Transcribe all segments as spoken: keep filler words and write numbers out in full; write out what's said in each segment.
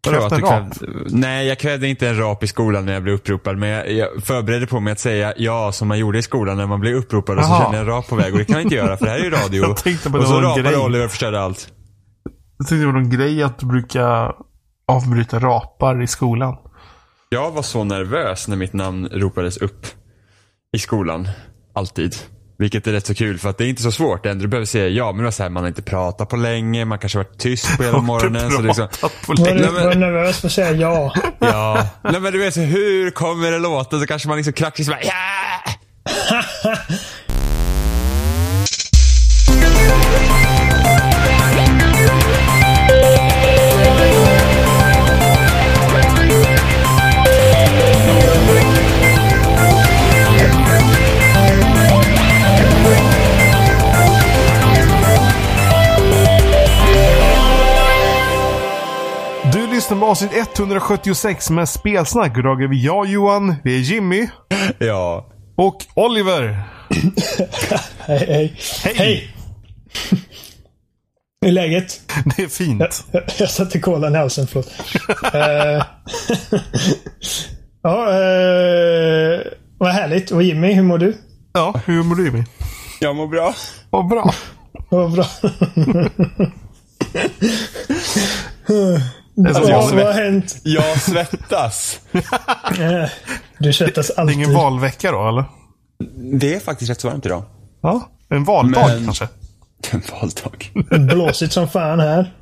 Krävde en rap? Krävde, nej, jag krävde inte en rap i skolan när jag blev uppropad. Men jag, jag förberedde på mig att säga ja som man gjorde i skolan när man blev uppropad. Och så kände jag en rap på väg. Och det kan man inte göra för det här är ju radio. Jag tänkte på och så rapade grej. Oliver och förstörde allt. Jag tänkte det var någon grej att du brukar avbryta rapar i skolan. Jag var så nervös när mitt namn ropades upp i skolan. Alltid. Vilket är rätt så kul för att det är inte så svårt. Det enda du behöver säga ja, men det var så här, man har inte pratat på länge. Man kanske har varit tyst på hela morgonen. Så liksom, på länge. Var du var nervös för att säga ja? Ja. Nej, men du vet så hur kommer det låta? Så kanske man liksom kraxar så bara ja! Lyssna på avsnitt etthundrasjuttiosex med spelsnack. Idag är vi jag, Johan, vi är Jimmy. Ja. Och Oliver. Hej, hej. Hej. Hej. Hur är läget? Det är fint. Jag, jag satte kolan i halsen, förlåt. uh, ja, uh, vad härligt. Och Jimmy, hur mår du? Ja, hur mår du, Jimmy? Jag mår bra. Vad bra. Vad bra. Alltså, vad, jag vad har hänt? Jag svettas. Du svettas alltid. Det är ingen valvecka då, eller? Det är faktiskt rätt så varmt idag. Ja, en valdag Men... kanske. En valdag. Blåsigt som fan här.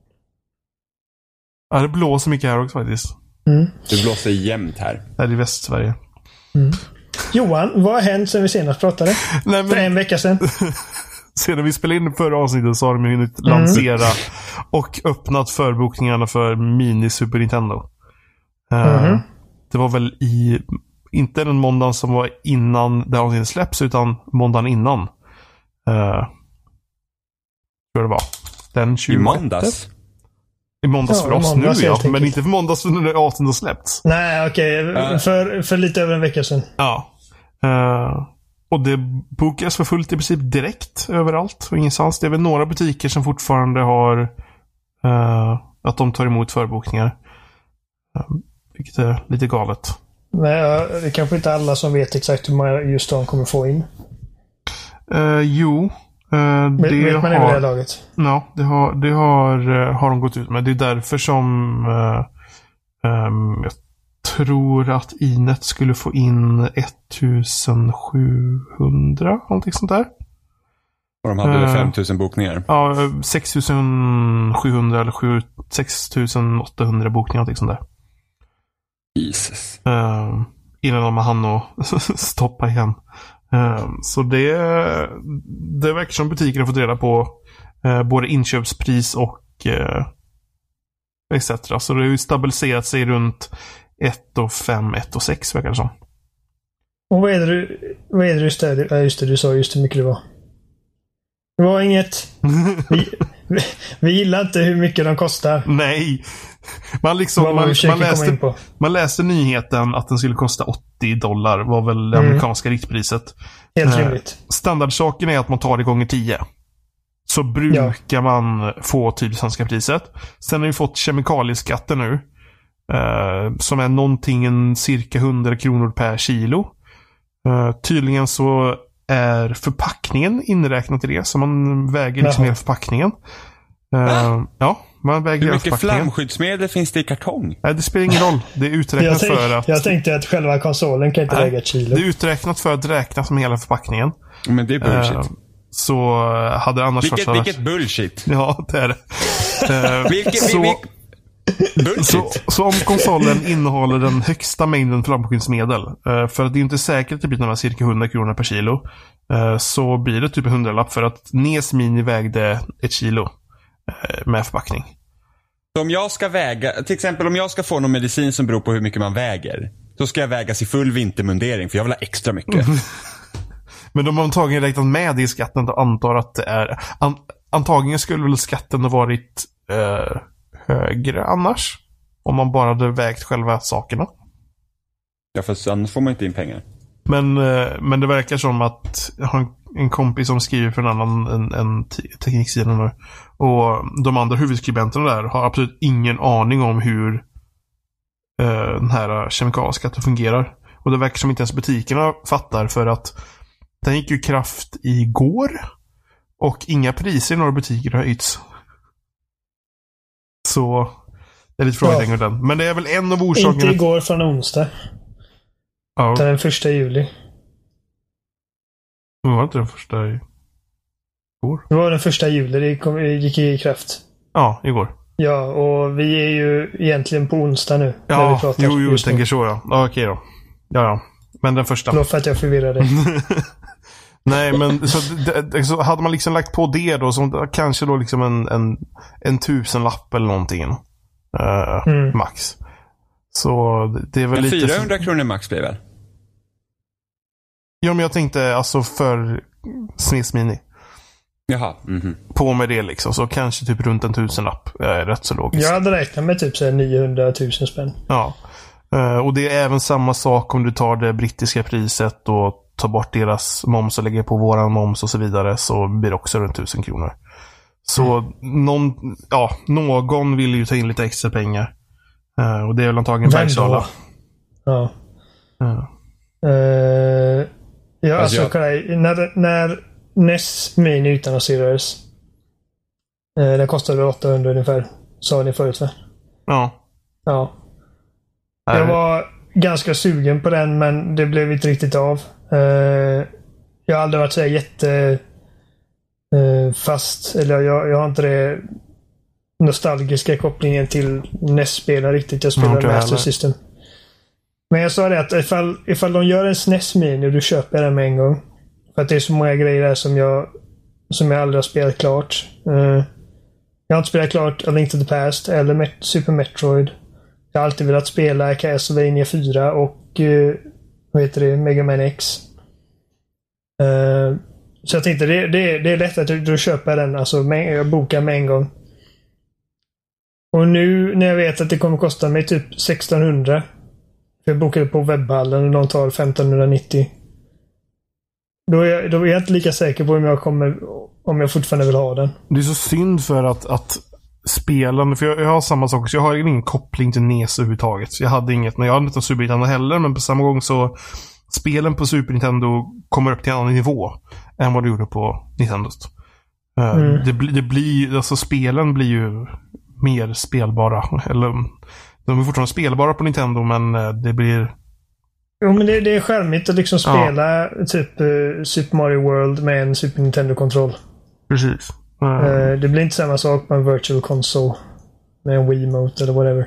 Ja, det blåser mycket här också faktiskt. Mm. Det blåser jämnt här. Här i Västsverige. Mm. Johan, vad har hänt sen vi senast pratade? Nej, men... För en vecka sedan. Sedan vi spelade in förra avsnittet så har de hunnit mm. lansera och öppnat förbokningarna för Mini Super Nintendo. Mm. Uh, det var väl i inte den måndagen som var innan det avsnittet släpps utan måndagen innan. Uh, tror det var. Den tjugosjätte. I måndags? I måndags ja, för oss måndags, nu, ja. Men inte för måndags för när avsnittet släppts. Nej, okej. Okay. Uh. För, för lite över en vecka sedan. Ja. Uh, Och det bokas för fullt i princip direkt överallt och ingenstans. Det är väl några butiker som fortfarande har uh, att de tar emot förbokningar. Uh, vilket är lite galet. Nej, det är kanske inte alla som vet exakt hur många just de kommer få in. Uh, jo. Uh, det vet man har, i det laget. Ja, det har, det har, uh, har de gått ut med. Det är därför som uh, um, jag tror att Inet skulle få in ettusensjuhundra, någonting sånt där. Och de hade uh, femtusen bokningar. Ja, sextusensjuhundra eller sextusenåttahundra bokningar, någonting sånt där. Jesus. Uh, innan de hann att stoppa igen. Uh, så det, det verkar som butikerna har fått reda på uh, både inköpspris och uh, et cetera. Så det har ju stabiliserat sig runt ett och fem, ett och sex verkar det som. Och vad är det du, vad är det du stödjer? Ja, just det, du sa just hur mycket det var. Det var inget. Vi, vi, vi gillar inte hur mycket de kostar. Nej. Man liksom, man, man, man, läste, man läste nyheten att den skulle kosta åttio dollar var väl det mm. amerikanska riktpriset. Helt rimligt. Eh, standardsaken är att man tar det gånger tio. Så brukar ja. man få typ svenska priset. Sen har vi fått kemikalieskatten nu. Uh, som är någonting en cirka hundra kronor per kilo. Uh, tydligen så är förpackningen inräknat i det. Så man väger liksom hela förpackningen. Uh, ja, man väger Hur mycket flamskyddsmedel finns det i kartong? Nej, det spelar ingen roll. Det är uträknat jag för att... Jag tänkte att själva konsolen kan inte nej, väga ett kilo. Det är uträknat för att räkna som hela förpackningen. Men det är bullshit. Uh, så hade annars... Vilket, varit vilket bullshit. Ja, det är det. Uh, vilket... så... Vilket... Så, så om konsolen innehåller den högsta mängden flamskyddsmedel, uh, för att det är inte säkert att det blir några cirka hundra kronor per kilo, uh, så blir det typ en hundralapp för att N E S Mini vägde ett kilo uh, med förpackning. Så om jag ska väga, till exempel om jag ska få någon medicin som beror på hur mycket man väger, så ska jag vägas i full vintermundering för jag vill ha extra mycket. Men de har antagligen räknat med det i skatten och antar att det är an, antagligen skulle väl skatten ha varit uh, högre annars. Om man bara hade vägt själva sakerna. Ja, för sen får man inte in pengar. Men, men det verkar som att en kompis som skriver för en annan en, en te- tekniksida nu. Och de andra huvudskribenterna där har absolut ingen aning om hur uh, den här kemikalieskatten fungerar. Och det verkar som inte ens butikerna fattar, för att den gick ju i kraft igår och inga priser i några butiker har höjts. Så det är lite frågetecken ja. den. Men det är väl en av orsakerna. Inte igår, från onsdag. Ja. Den första juli. Det var inte den första i går. Det var den första juli. Det kom, gick i kraft. Ja, igår. Ja, och vi är ju egentligen på onsdag nu. Ja, när vi pratar jo, jo, tänker så ja. Ja, okej då. Ja, ja. Men den första. Förlåt för att jag förvirrade. Nej, men så, det, så hade man liksom lagt på det då, som kanske då liksom en, en, en tusenlapp eller någonting. Uh, mm. Max. Så det är väl men lite... fyrahundra kronor max blir väl? Ja, men jag tänkte alltså för S N E S Mini. Jaha. Mm-hmm. På med det liksom, så kanske typ runt en tusenlapp är rätt så logiskt. Jag hade räknat med typ så niohundratusen spänn. Ja. Uh, och det är även samma sak om du tar det brittiska priset och tar bort deras moms och lägger på våran moms och så vidare, så blir det också runt tusen kronor. Så mm. någon, ja, någon vill ju ta in lite extra pengar. Uh, och det är väl antagligen Bergsala. Ja. Uh. Uh, ja, alltså, alltså jag... när, när N E S Mini utannonserades, uh, den kostade åttahundra ungefär, sa ni förut, va? Ja. Ja. Jag var ganska sugen på den, men det blev inte riktigt av. Uh, jag har aldrig varit så här jätte uh, fast, eller jag, jag har inte det nostalgiska kopplingen till N E S-spelare riktigt. Jag spelar mm, Master System. Men jag sa det att ifall, ifall de gör en S N E S Mini och du köper den med en gång, för att det är så många grejer där som jag som jag aldrig har spelat klart. Uh, jag har inte spelat klart A Link to the Past eller Met- Super Metroid. Jag har alltid velat spela Castlevania fyra och uh, vad heter det? Mega Man X. Uh, så jag tänkte det, det, det är lätt att du, du köper den. Alltså med, jag bokar med en gång. Och nu när jag vet att det kommer kosta mig typ sextonhundra. För jag bokade på webbhallen och de tar femtonhundranittio. Då är, jag, då är jag inte lika säker på om jag kommer, om jag fortfarande vill ha den. Det är så synd för att, att spelen, för jag, jag har samma sak, så jag har ingen koppling till N E S överhuvudtaget. Jag hade inget, men jag hade inte Super Nintendo heller, men på samma gång så spelen på Super Nintendo kommer upp till en annan nivå än vad det gjorde på Nintendo. Mm. Uh, det, bli, det blir, alltså spelen blir ju mer spelbara, eller de är fortfarande spelbara på Nintendo, men det blir... Jo, men det, det är charmigt att liksom spela ja. typ uh, Super Mario World med en Super Nintendo-kontroll. Precis. Mm. Uh, det blir inte samma sak med en Virtual Console med en Wiimote eller whatever.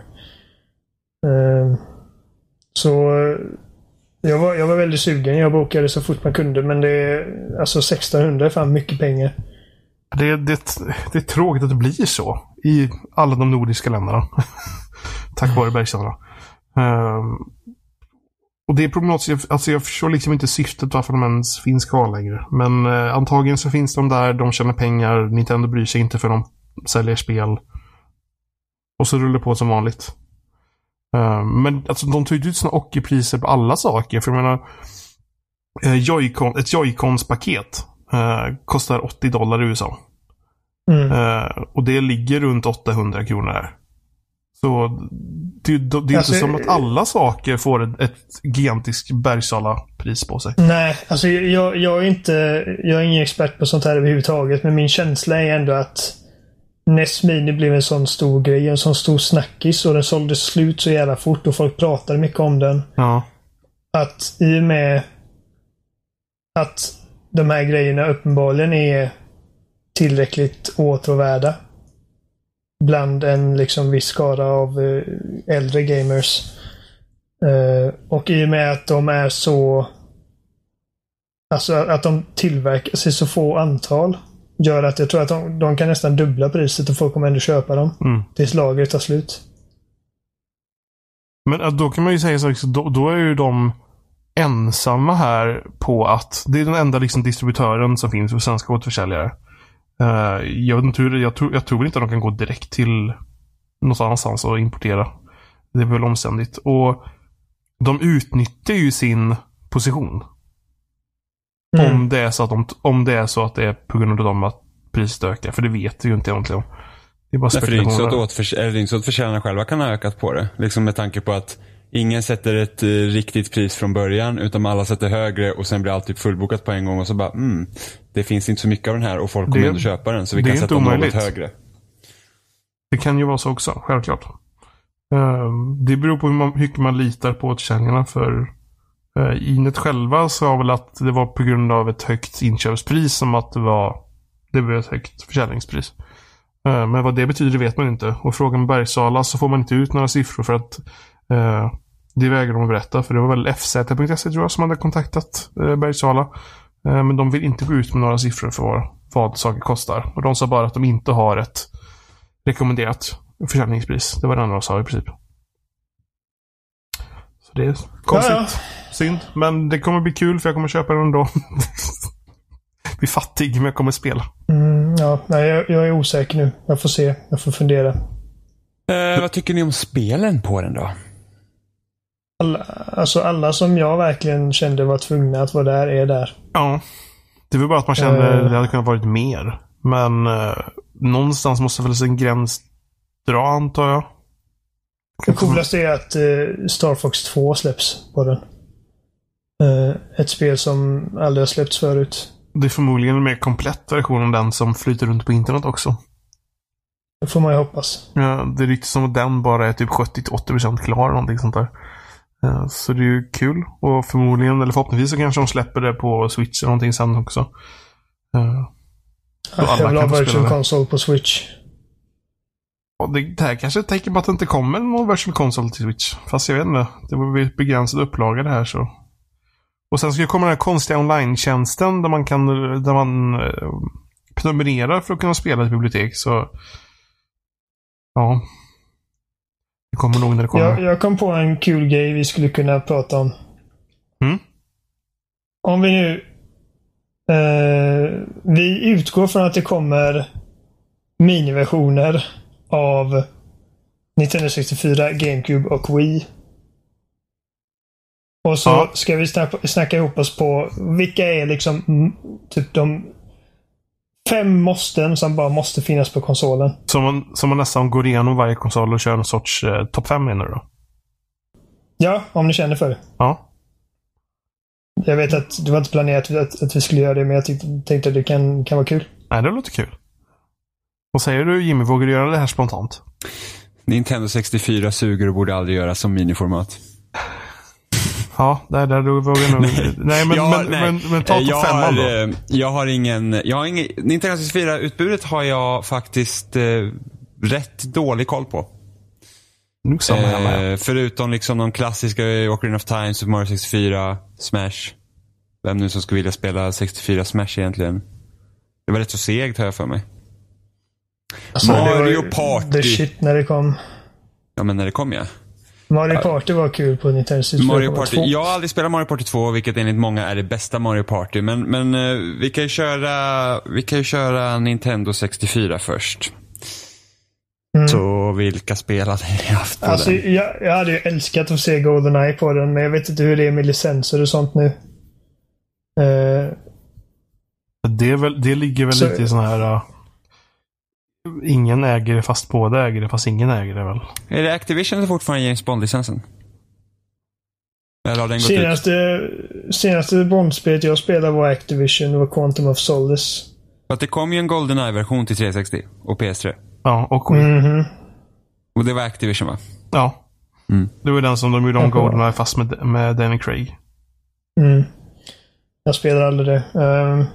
Uh, så uh, jag, var, jag var väldigt sugen. Jag bokade så fort man kunde, men det är alltså sextonhundra är fan mycket pengar. Det, det, det är tråkigt att det blir så i alla de nordiska länderna. Tack vare Bergsala. Um, och det är problematiskt. Alltså jag förstår liksom inte syftet varför de ens finns kvar längre. Men uh, antagligen så finns de där, de tjänar pengar, Nintendo bryr sig inte för de säljer spel. Och så rullar det på som vanligt. Um, men alltså de tog ut såna ockerpriser på alla saker. För jag menar, uh, Joy-Con, ett Joy-Cons-paket uh, kostar åttio dollar i U S A. Mm. Uh, och det ligger runt åttahundra kronor här. Så det, det, det är alltså, inte som att alla saker får ett, ett gigantiskt Bergsala-pris på sig. Nej, alltså jag, jag är inte jag är ingen expert på sånt här överhuvudtaget, men min känsla är ändå att N E S Mini blev en sån stor grej, en sån stor snackis, och den såldes slut så jävla fort och folk pratade mycket om den. Ja. Att i och med att de här grejerna uppenbarligen är tillräckligt åtråvärda bland en liksom viss skara av uh, äldre gamers. Uh, och i och med att de är så, alltså att de tillverkas i så få antal, gör att jag tror att de, de kan nästan dubbla priset och folk kommer ändå köpa dem mm. tills lagret tar slut. Men då kan man ju säga så också, då, då är ju de ensamma här på att det är den enda liksom distributören som finns för svenska återförsäljare. Uh, jag, vet inte hur, jag, tror, jag tror inte att de kan gå direkt till något annanstans och importera. Det är väl omständigt. Och de utnyttjar ju sin position. Mm. Om, det är så att de, om det är så att det är på grund av dem att priset ökar. För det vet vi ju inte egentligen. Det är bara spekulationer. Det är inte så att, åt, så att försäljarna själva kan ha ökat på det. Liksom med tanke på att ingen sätter ett uh, riktigt pris från början, utan alla sätter högre och sen blir allt typ fullbokat på en gång och så bara, mm, det finns inte så mycket av den här och folk kommer ändå köpa den, så vi kan sätta något högre. Det kan ju vara så också, självklart. Uh, det beror på hur, man, hur mycket man litar på försäljarna. För uh, Inet själva sa väl att det var på grund av ett högt inköpspris som att det var det blev ett högt försäljningspris. Uh, men vad det betyder vet man inte. Och frågan med Bergsala så får man inte ut några siffror för att Uh, det vägrar de att berätta, för det var väl F Z punkt se tror jag som hade kontaktat uh, Bergsala, uh, men de vill inte gå ut med några siffror för vad, vad saker kostar, och de sa bara att de inte har ett rekommenderat försäljningspris. Det var det enda de sa i princip. Så det är konstigt. Ja, ja. Synd, men det kommer bli kul för jag kommer köpa den ändå. Blir fattig, men jag kommer spela. Mm, ja, nej, jag, jag är osäker nu. Jag får se, jag får fundera. Uh, vad tycker ni om spelen på den då? Alla, alltså alla som jag verkligen kände var tvungna att vara där är där. Ja. Det var bara att man kände uh, det hade kunnat varit mer. Men uh, någonstans måste väl en gräns dra, antar jag. Det coolaste är att uh, Star Fox två släpps på den. Uh, ett spel som aldrig har släppts förut. Det är förmodligen en mer komplett version än den som flyter runt på internet också. Det får man ju hoppas. Ja, det är riktigt som att den bara är typ sjuttio till åttio procent klar eller någonting sånt där. Ja, så det är ju kul. Och förmodligen, eller förhoppningsvis så kanske de släpper det på Switch eller någonting sen också. Ja, ja, jag vill ha virtual console på Switch. Och det, det här kanske tänker på att det inte kommer någon virtual console till Switch. Fast jag vet inte. Det var begränsad upplaga det här så. Och sen ska det komma den här konstiga online-tjänsten där man kan där man eh, prenumererar för att kunna spela i bibliotek. Så ja. Det kommer nog när det kommer. Jag, jag kom på en kul grej vi skulle kunna prata om. Mm? Om vi nu eh, vi utgår från att det kommer miniversioner av Nintendo sextiofyra, GameCube och Wii. Och så ja. ska vi snacka, snacka ihop oss på vilka är liksom typ de fem måsten som bara måste finnas på konsolen. Som man, som man nästan går igenom varje konsol och kör en sorts eh, topp fem menar du då? Ja, om ni känner för det. Ja. Jag vet att det var inte planerat att, att vi skulle göra det, men jag tyckte, tänkte att det kan, kan vara kul. Nej, det låter kul. Vad säger du, Jimmy? Vågar du göra det här spontant? Nintendo sextiofyra suger och borde aldrig göra som miniformat. Ja, där, där du vågar nog. Nej, men, ja, men, nej. men, men ta topp femman då. Jag har ingen, jag har ingen Nintendo sextiofyra-utbudet har jag faktiskt eh, rätt dålig koll på. Nog samma här med. Eh, förutom liksom de klassiska Ocarina of Time, Super Mario sextiofyra, Smash. Vem nu som skulle vilja spela sextiofyra Smash egentligen? Det var rätt så segt här för mig. Alltså, Mario Party. The shit när det kom. Ja, men när det kom ja. Mario Party var kul på Nintendo sextiofyra. Mario Party. Jag har aldrig spelat Mario Party två, vilket enligt många är det bästa Mario Party. Men, men uh, vi kan ju köra vi kan ju köra Nintendo sextiofyra först. Mm. Så vilka spel hade ni haft på alltså, den? Jag, jag hade ju älskat att se GoldenEye på den, men jag vet inte hur det är med licenser och sånt nu. Uh, det, är väl, det ligger väl så, lite i sån här... Uh... Ingen äger det fast båda äger det fast ingen äger det väl. Är det Activision eller fortfarande James Bond-licensen? Eller har den gått senaste, ut? Senaste Bond-spelet jag spelade var Activision. Det var Quantum of Solace. Att det kom ju en GoldenEye-version till trehundrasextio och P S tre. Ja, och Wii. Mm-hmm. Och det var Activision va? Ja. Mm. Det var den som de gjorde om GoldenEye fast med, med Danny Craig. Mm. Jag spelade aldrig det. Um...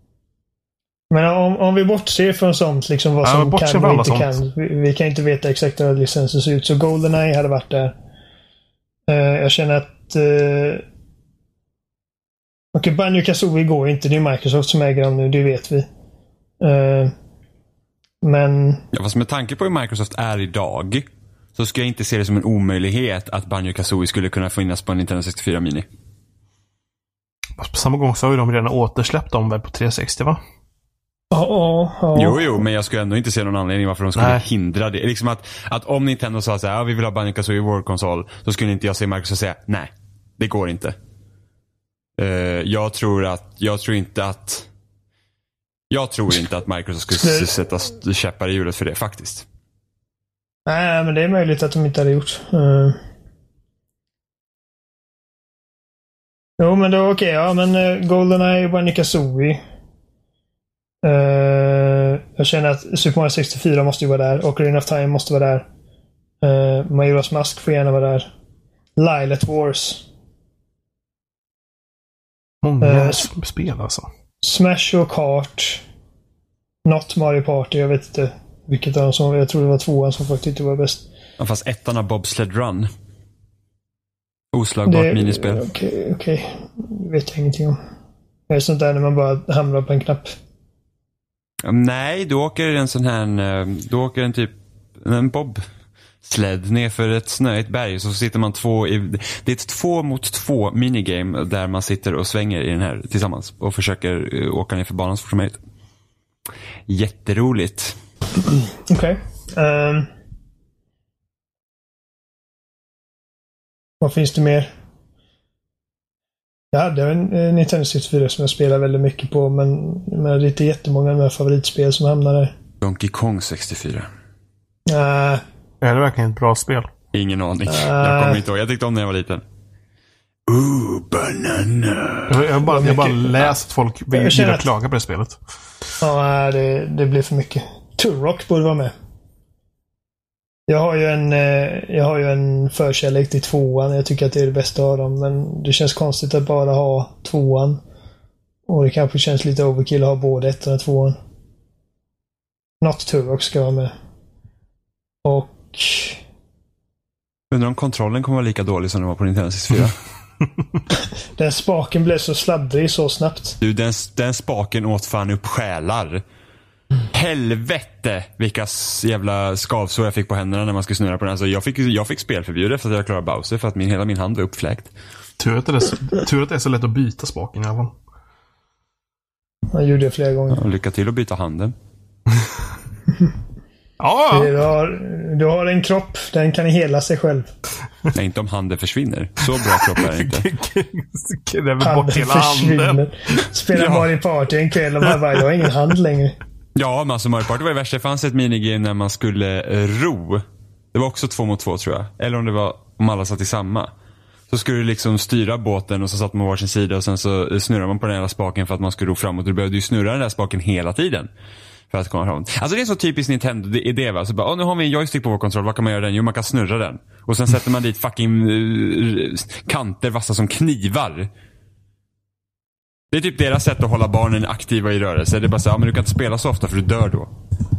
Men om, om vi bortser från sånt, liksom vad som ja, kan och inte sånt. kan. Vi, vi kan inte veta exakt hur licensen ser ut. Så GoldenEye hade varit där. Uh, jag känner att... Uh, Okej, okay, Banjo-Kazooie går inte. Det är Microsoft som äger dem nu, det vet vi. Uh, men... Ja, fast med tanke på hur Microsoft är idag så ska jag inte se det som en omöjlighet att Banjo-Kazooie skulle kunna finnas på en Nintendo sextiofyra Mini. På samma gång så har ju de redan återsläppt dem väl på trehundrasextio va? Ja, ja, ja. Jo, jo, men jag skulle ändå inte se någon anledning varför de skulle Nej. hindra det. Liksom att, att om Nintendo sa så här, ja, vi vill ha Banjo-Kazooie i vår konsol, då skulle inte jag se Microsoft säga, nej, det går inte. Uh, jag tror att, jag tror inte att jag tror inte att Microsoft skulle sätta käppar i hjulet för det faktiskt. Nej, men det är möjligt att de inte hade gjort. Uh. Jo, men då okej. Okay, ja, men uh, GoldenEye och Banjo-Kazooie. Uh, jag känner att Super Mario sextiofyra måste ju vara där. Ocarina of Time måste vara där. Uh, Majora's Mask får gärna vara där. Lilith Wars. Många uh, spel alltså. Smash och Kart. Not Mario Party. Jag vet inte vilket av dem som... Jag tror det var tvåan som faktiskt inte var bäst. Ja, fast ettan av Bobsled Run. Oslagbart det, minispel. Okej, okay, okej. Okay. Det vet jag ingenting om. Det är sånt där när man bara hamrar på en knapp. Nej, då åker en sån här... Då åker en typ... En bobsled ner för ett snöigt berg. Så sitter man två i... Det är ett två mot två minigame där man sitter och svänger i den här tillsammans. Och försöker åka ner för banan så fort som möjligt. Jätteroligt. Okej. Okay. Um... Vad finns det mer? Jag hade en eh, Nintendo sextiofyra som jag spelar väldigt mycket på, men, men det är inte jättemånga av de här favoritspel som hamnar där. Donkey Kong sextiofyra. Nej. Uh, är det verkligen ett bra spel? Ingen aning. Uh, jag kommer inte ihåg. Jag tyckte om när jag var liten. Ooh, banana. Jag, jag bara, jag bara läst att folk vill, vill att... klaga på det spelet. Ja, det, det blir för mycket. Turok borde vara med. Jag har ju en jag har ju en förkärlek till tvåan. Jag tycker att det är det bästa av dem. Men det känns konstigt att bara ha tvåan. Och det kanske känns lite overkill att ha både ettan och tvåan. Not Turok ska vara med. Och... Undrar om kontrollen kommer vara lika dålig som den var på Nintendo sextiofyra. Den spaken blev så sladdrig så snabbt. Du, den, den spaken åt fan upp själar. Helvete vilka jävla skavsår jag fick på händerna när man skulle snurra på den. Alltså, jag fick, jag fick spelförbud efter att jag klarade Bowser för att min, hela min hand var uppfläkt. Tur att det är så, tur att det är så lätt att byta spaken i alla fall. Jag gjorde det flera gånger. Ja, lycka till att byta handen. Ja. Du har, du har en kropp, den kan hela sig själv. Nej, inte om handen försvinner. Så bra kropp är det inte. Kräver bort hela handen. Spelar ja. Mario Party en kväll och man bara, jag har ingen hand längre. Ja, men alltså Mario Party var det värsta. Det fanns ett minigame när man skulle ro. Det var också två mot två tror jag. Eller om det var om alla satt i samma. Så skulle du liksom styra båten och så satt man på varsin sida och sen så snurrar man på den hela spaken för att man skulle ro framåt. Du behövde ju snurra den där spaken hela tiden. För att komma framåt. Alltså det är så typiskt Nintendo, det är det va. Så bara, nu har vi en joystick på vår kontroll, vad kan man göra den? Jo, man kan snurra den. Och sen sätter man dit fucking uh, kanter vassa som knivar. Det är typ deras sätt att hålla barnen aktiva i rörelse. Det är bara så, ja men du kan inte spela så ofta för du dör då.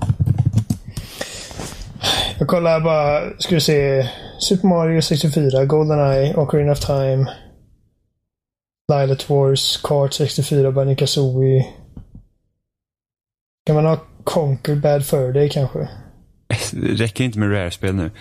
Jag kollar bara, ska vi se. Super Mario sextiofyra, GoldenEye, Ocarina of Time, Lilith Wars, Kart sextiofyra, Banjo-Kazooie. Kan man ha Conquer Bad Fur Day kanske? Det räcker inte med Rare-spel nu.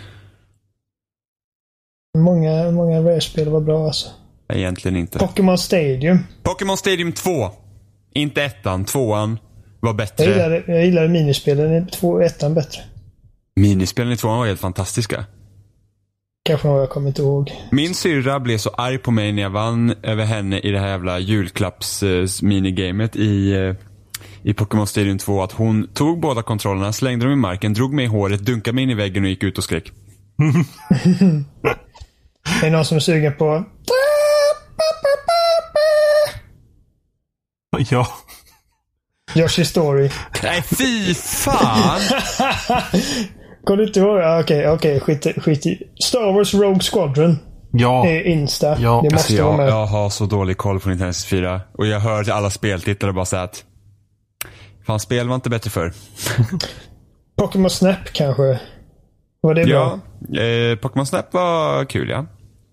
Många, många Rare-spel var bra alltså. Egentligen inte. Pokémon Stadium. Pokémon Stadium två. Inte ettan, tvåan var bättre. Jag gillade, jag gillade minispelen i två, ettan bättre. Minispelen i tvåan var helt fantastiska. Kanske något jag kommer inte ihåg. Min syrra blev så arg på mig när jag vann över henne i det här jävla julklapps-minigamet i... i Pokémon Stadium två att hon tog båda kontrollerna, slängde dem i marken, drog mig i håret, dunkade mig in i väggen och gick ut och skrek. Är det någon som är sugen på... Ja. Yoshi Story. Nej, fy fan! Går du inte ihåg? Okej, okay, okej. Okay, skit, skit i. Star Wars Rogue Squadron. Ja. Det är Insta. Ja. Det måste alltså, jag, vara med. jag har så dålig koll på Nintendo sextiofyra. Och jag hör till alla speltittare bara säga att fan, spel var inte bättre för. Pokémon Snap kanske. Var det ja, bra? Eh, Pokémon Snap var kul, ja.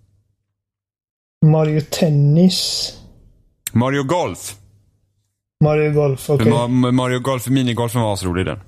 Mario Tennis. Mario Golf. Mario Golf, okej. Okay. Ma- Mario Golf, minigolfen var asrolig den.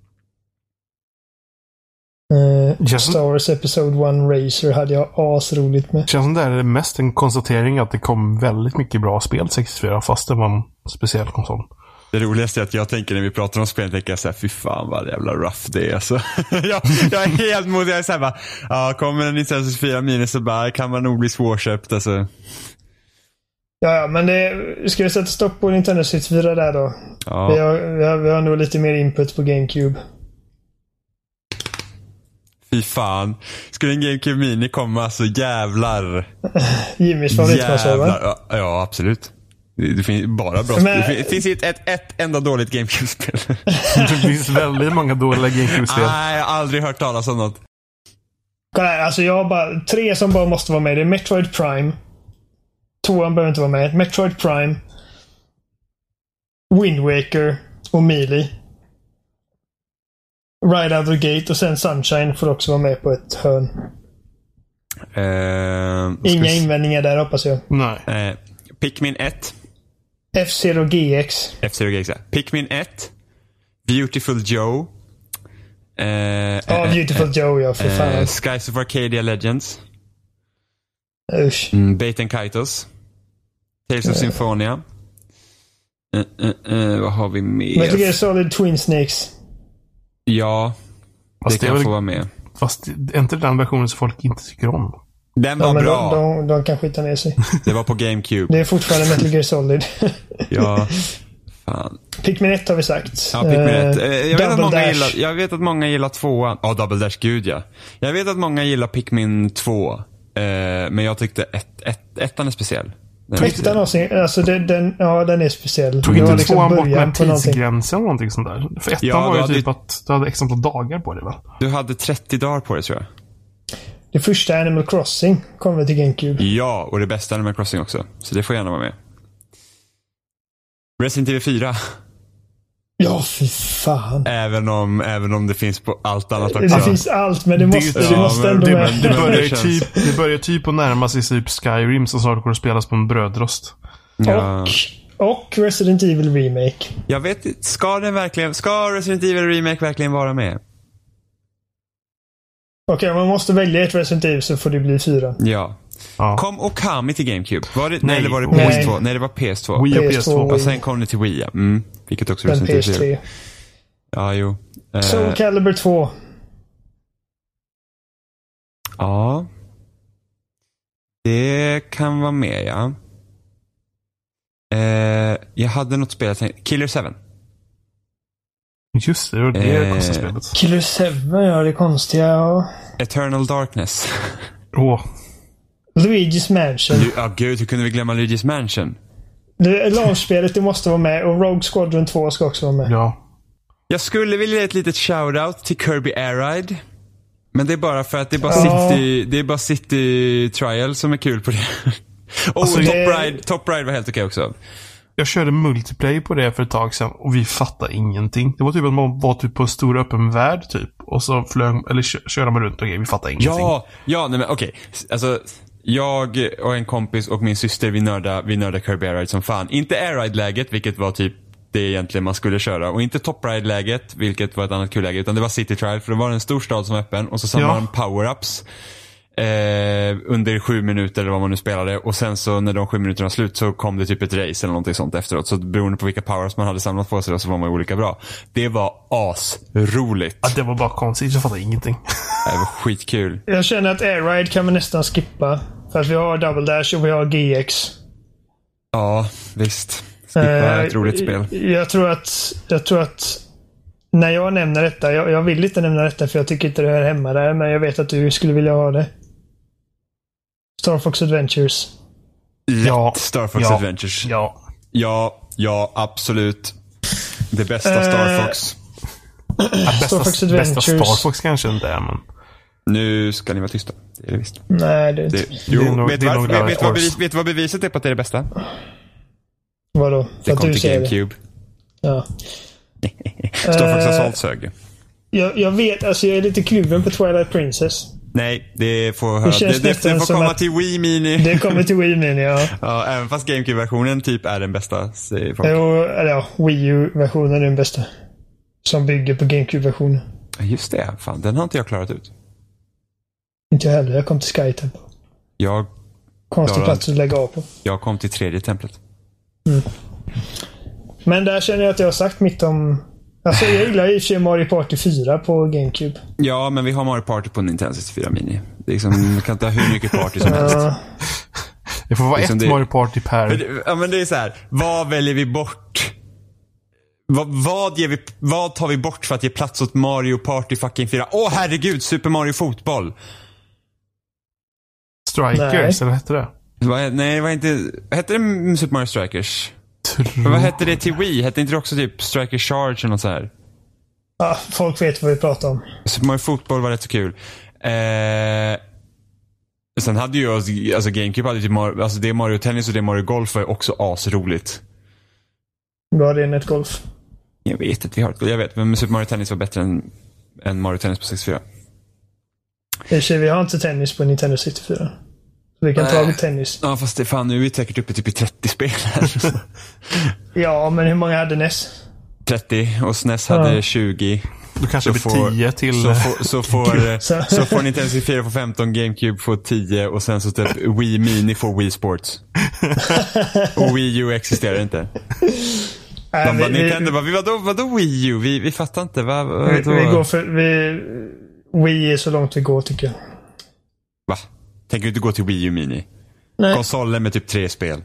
Uh, Star Wars Episode one Racer hade jag asroligt med. Känns som det är mest en konstatering att det kom väldigt mycket bra spel sextiofyra fast det var en speciell konsol. Det roligaste är att jag tänker när vi pratar om spel tänker jag såhär, fy fan vad jävla rough det är alltså. jag, jag är helt mot, jag är såhär bara, ja kommer en Nintendo sextiofyra mini så bara kan man nog bli svårköpt alltså. Ja, ja, men det, ska vi sätta stopp på Nintendo sextiofyra där då? Ja. Vi, har, vi, har, vi har nog lite mer input på GameCube. Fy fan. Skulle en GameCube Mini komma så jävlar. Jimmys favoritkonsol, va? Ja, ja, absolut. Det, det finns bara bra. Men- Det finns inte ett, ett enda dåligt GameCube-spel. Det finns väldigt många dåliga GameCube-spel. Nej, jag har aldrig hört talas om något. Kolla här, alltså jag har bara tre som bara måste vara med. Det är Metroid Prime. Tvåan behöver inte vara med. Metroid Prime. Wind Waker och Melee. Ride Out of the Gate och sen Sunshine får också vara med på ett hörn. Uh, Inga invändningar där, hoppas jag. Nej. Uh, Pikmin ett. F-Zero G X. F-Zero G X. Pikmin ett. Beautiful Joe. Uh, Ja, uh, Beautiful uh, Joe, ja, för fan. uh, Skies of Arcadia Legends. Usch. Mm, Baten Kaitos. Tales of Symphonia. Uh, uh, uh, vad har vi mer? Metal Gear Solid Twin Snakes. Ja, Fast det det är kan väl- få vara med. Fast är inte den versionen som folk inte tycker om? Den var Ja, men bra. de, de, de kan skita ner sig. Det var på GameCube. Det är fortfarande Metal Gear Solid. Ja, fan. Pikmin ett har vi sagt. Ja, Pikmin ett. Eh, Eh, Jag vet, att Double många Dash. gillar, jag vet att många gillar tvåan. Ja, Double Dash, gud ja. Jag vet att många gillar Pikmin två. Eh, men jag tyckte ett, ett, ettan är speciell. Den är Ettan har sin, alltså den, den, ja, den är speciell. Tog Det var inte liksom tvåan bort början med på någonting. tidsgränsen eller någonting sånt där? För ettan Ja, var du ju hade- typ att du hade x antal dagar på det, va? Du hade trettio dagar på det, tror jag. Det första Animal Crossing kom väl till GameCube. Ja, och det bästa Animal Crossing också. Så det får gärna vara med. Resident Evil fyra. Ja, fy fan. Även om, även om det finns på allt annat också. Det finns allt, men det måste, Det- det ja, måste men ändå det- med. Det börjar, ju känns- typ, det börjar typ att närma sig typ Skyrim som snart går att spelas på en brödrost. Ja. Och, och Resident Evil Remake. Jag vet inte, ska den verkligen, ska Resident Evil Remake verkligen vara med? Okej, om man måste välja ett Resident Evil så får det bli fyra. Ja. Ja. Kom Okami till GameCube? Var det, nej, Nej. eller var det Nej. P S två? Nej, det var P S två. Wii och P P S S två. två. Och sen kom det till Wii, ja. Mm. Vilket också Den Resident P S Evil. tre. Ja, jo. Eh, Soul Calibur två. ja. Det kan vara med, ja. Eh, jag hade något spel jag tänkte. Killer seven. Just det, det var det Eh. kostar spelet. Killer seven, ja, det konstiga. Ja. Eternal Darkness. Åh, Luigi's Mansion. Du, ja, gud, hur kunde vi glömma Luigi's Mansion? Det launchspelet, det måste vara med. Och Rogue Squadron två ska också vara med. ja. Jag skulle vilja ge ett litet shoutout till Kirby Air Ride. Men det är bara för att det är bara, Ja. City, det är bara City Trial som är kul på det. Och Alltså, Top, det- Ride, Top Ride var helt okej också. Jag körde multiplayer på det för ett tag sedan och vi fattade ingenting. Det var typ att man var typ på en stor öppen värld typ. Och så flög, eller kö- körde man runt och grejer. Vi fattade ingenting. Ja, ja, nej men okej. Alltså, jag och en kompis och min syster, vi nördade, vi nördade Kirby Air Ride som fan. Inte Air Ride-läget, vilket var typ det egentligen man skulle köra. Och inte Top Ride-läget, vilket var ett annat kul läge. Utan det var City Trial, för det var en stor stad som var öppen. Och så samlade Ja. man power-ups. Eh, under sju minuter eller vad man nu spelade. Och sen så när de sju minuterna var slut så kom det typ ett race eller någonting sånt efteråt. Så beroende på vilka power-ups man hade samlat på sig då, så var man olika bra. Det var asroligt. Ja, det var bara konstigt. Jag fattade ingenting. Det var skitkul. Jag känner att Air Ride kan man nästan skippa. För att vi har Double Dash och vi har G X. Ja, visst. Skippa Eh, ett roligt spel. Jag tror att, jag tror att när jag nämner detta, jag, jag vill inte nämna detta för jag tycker inte det hör hemma där, men jag vet att du skulle vilja ha det. Star Fox Adventures. Ja. Star Fox Ja. Adventures. Ja. Ja, ja, absolut. Det bästa Star Eh, Fox. Ja, bästa, Star Fox bästa Adventures. Star Fox kanske inte är, men... Nu ska ni vara tysta. Det är det visst. Nej, det är Det, inte. jo, Det är nog- vet, det är varför, nog vet, Dark vet, vad Horse. bevis, vet du vad beviset är på att det är det bästa? Vadå? För Det att kom du till säger det. GameCube. Ja. Star Fox Eh, Assault sög. Jag, jag vet, alltså jag är lite kluven på Twilight Princess. Nej, det får, höra. känns Det, det, nästan det får som komma att- till Wii Mini. Det kommer till Wii Mini, ja. Ja, även fast GameCube-versionen typ är den bästa, säger folk. Jo, eller ja, Wii U-versionen är den bästa. Som bygger på GameCube-versionen. Ja, just det. Fan, den har inte jag klarat ut. Inte jag heller, jag kom till Sky Temple. Jag, Konstig Klara. plats att lägga av på. jag kom till tredje templet. Men där känner jag att jag har sagt mitt om... Alltså jag gillar i och för sig Mario Party fyra på GameCube. Ja, men vi har Mario Party på Nintendo sextiofyra Mini. Det är liksom, man kan inte ha hur mycket party som helst. Ja, Det får vara liksom ett det, Mario Party per... det, ja, men det är så här. Vad väljer vi bort? Vad, vad, ger vi, vad tar vi bort för att ge plats åt Mario Party fucking fyra? Åh, herregud, Super Mario Fotboll. Strikers, Nej. eller hette det? Vad, nej, det var inte... Hette det Super Mario Strikers? Tror... Vad hette det till Wii? Hette inte det också typ Striker Charge eller något så här? Ja, folk vet vad vi pratar om. Super Mario Fotboll var rätt så kul. Eh, sen hade ju alltså GameCube hade typ Mario, alltså det Mario Tennis och det Mario Golf var ju också asroligt. Var det ett golf? Jag vet inte, vi har ett, jag vet, men Super Mario Tennis var bättre än, än Mario Tennis på sextiofyra. I vi har inte tennis på Nintendo sextiofyra. Så vi kan ta tennis. Ja, fast det fan, nu är vi säkert uppe typ i trettio spel här. Ja, men hur många hade N E S? trettio och S N E S hade Ja. tjugo. Då kanske det blir tio till... Så får, så får, så får Nintendo sextiofyra få femton, GameCube får tio och sen så typ Wii Mini får Wii Sports. Och Wii U existerar inte. Äh, De vi, bara, vi, Nintendo bara, vadå, vadå Wii U? Vi, vi fattar inte. Vad, vadå? vi, vi går för... Vi, Wii är så långt vi går, tycker jag. Va? Tänker du inte gå till Wii U Mini? Nej. Konsolen med typ tre spel.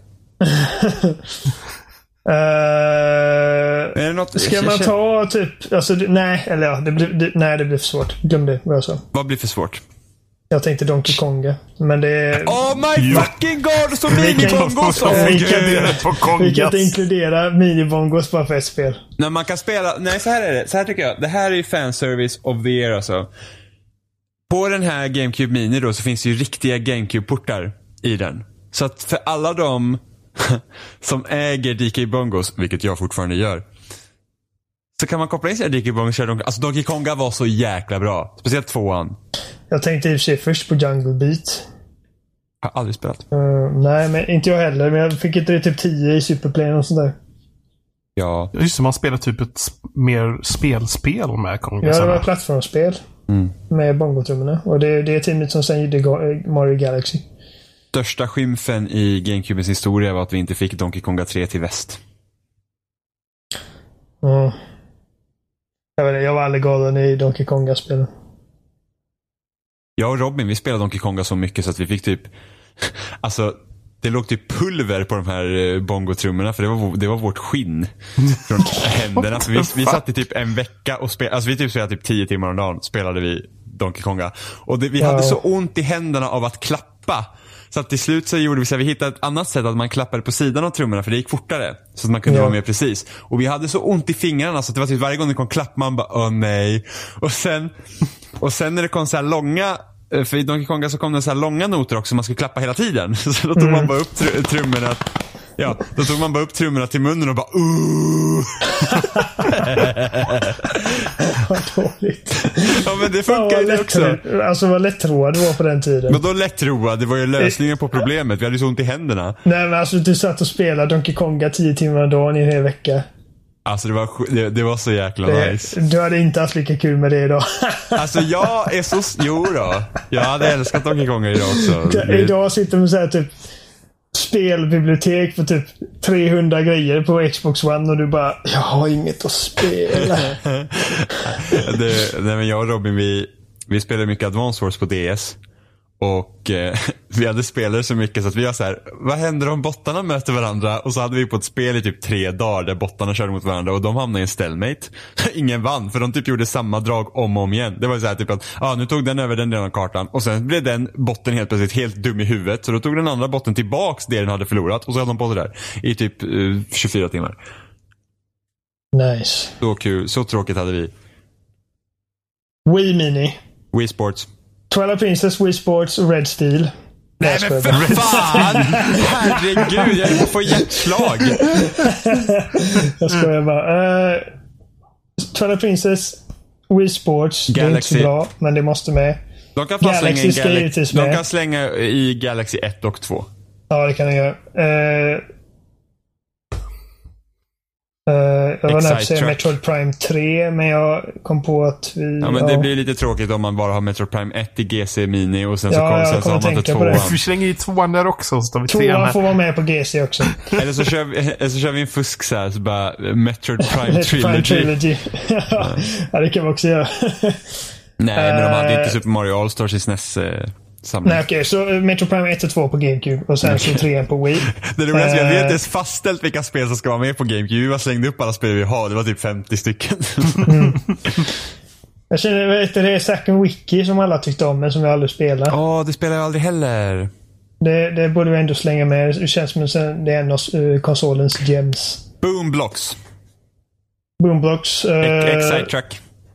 Uh, Är det något, ska man ta typ... Alltså, det, nej, eller ja. Det blir, det, nej, det blir för svårt. Glöm det, vad jag sa. Vad blir för svårt? Jag tänkte Donkey Konga. Men det är... Oh my fucking god! Så Vi kan- minibongos! Eh, vi kan- på Vi kan inte Kongas. inkludera minibongos bara för ett spel. När man kan spela... Nej, så här är det. Så här tycker jag. Det här är ju fanservice of the year alltså. På den här GameCube Mini då så finns det ju riktiga GameCube-portar i den. Så att för alla de som äger D K Bongos, vilket jag fortfarande gör, så kan man koppla in sig D K Bongos och köra Donkey. Alltså Donkey Konga var så jäkla bra. Speciellt tvåan. Jag tänkte i och för sig först på Jungle Beat. Har aldrig spelat. Uh, nej, men inte jag heller. Men jag fick inte det typ tio i Superplay och sånt där. Ja. Just det, man spelar typ ett mer spelspel med Kongas. Ja, det var eller? ett plattformsspel. Mm. Med bongotrummorna. Och det, det är teamet som sen gjorde Ga- Mario Galaxy. Största skymfen i GameCubes historia var att vi inte fick Donkey Konga tre till väst. Mm. Jag vet inte, jag var aldrig galen i Donkey Konga-spelen. Jag och Robin, vi spelade Donkey Konga så mycket så att vi fick typ... Alltså, det låg typ pulver på de här bongotrummorna för det var, det var vårt skinn från händerna. För vi, vi satt i typ en vecka och spelade, alltså vi typ spelade typ tio timmar om dagen spelade vi Donkey Konga. Och det, vi Wow. hade så ont i händerna av att klappa. Så att till slut så gjorde vi så här, vi hittade ett annat sätt att man klappade på sidan av trummorna för det gick fortare. Så att man kunde Ja. vara mer precis. Och vi hade så ont i fingrarna så att det var typ varje gång det kom klapp man bara, åh nej. Och sen, och sen när det kom så här långa, för i Donkey Konga så kom det så här långa noter också man skulle klappa hela tiden. Så då tog Mm. man bara upp tr- trummorna. Ja, då tog man bara upp trummorna till munnen och bara uh. Vad dåligt. Ja men det Fan, funkar vad ju också. lätt, alltså vad lättroad du var på den tiden. Men då lättroad, det var ju lösningen på problemet. Vi hade så ont i händerna. Nej, men alltså du satt och spelade Donkey Konga tio timmar om dagen i en hel vecka. Alltså det var, det, det var så jäkla Det, nice. Du hade inte haft lika kul med det idag. Alltså jag är så... Jo då. Jag hade älskat Donkey Konga idag också. Idag sitter de så här typ spelbibliotek för typ trehundra grejer på Xbox One och du bara, jag har inget att spela. det, nej men jag och Robin vi, vi spelade mycket Advance Wars på D S. Och eh, vi hade spelare så mycket så att vi var så här, vad händer om bottarna möter varandra? Och så hade vi på ett spel i typ tre dagar där bottarna körde mot varandra och de hamnade i en stalemate. Ingen vann för de typ gjorde samma drag om och om igen. Det var så här typ att, ja ah, nu tog den över den delen av kartan och sen blev den botten helt plötsligt helt dum i huvudet. Så då tog den andra botten tillbaks det den hade förlorat och så hade de på det där i typ uh, tjugofyra timmar. Nice. Så kul, så tråkigt hade vi. Wii Mini. Wii Sports. Twilight Princess, Wii Sports och Red Steel. Nej men för fan! Herregud, jag får hjärtslag. Jag skojar bara. Uh, Twilight Princess, Wii Sports. Galaxy. Det är inte så bra, men det måste med. De kan fan slänga Galaxy in ska Galaxy. givetvis De med. kan slänga i Galaxy ett och två. Ja, det kan jag göra. Uh, uh, jag var nära att säga Excite Metroid Prime tre, men jag kom på att vi... Ja men det blir lite tråkigt om man bara har Metroid Prime ett i G C Mini och sen så, Ja, kom, jag sen så kommer har man tänka inte på det. tvåan. Vi slänger i tvåan där också så tar vi trean Tvåan här. får vara med på G C också. Eller så kör vi, eller så kör vi en fusk så här, så bara Metroid Prime Metroid Prime Trilogy. Trilogy. ja, det kan vi också göra. Nej men de hade Eh. inte Super Mario All-Stars i S N E S. eh. samma. Nej okej, okay, så Metro Prime ett och två på GameCube och sen så trean på Wii. Det är roligt, uh, jag vet inte ens fastställt vilka spel som ska vara med på GameCube. Vi bara slängde upp alla spel vi har. Det var typ femtio stycken. Mm. Jag känner, vet du, det är Zack and Wiki som alla tyckte om men som jag aldrig spelar. Ja, oh, det spelar jag aldrig heller. Det, det borde vi ändå slänga med. Det känns som att det är en av uh, konsolens gems. Boomblocks. Boomblocks. Uh, Excite Truck.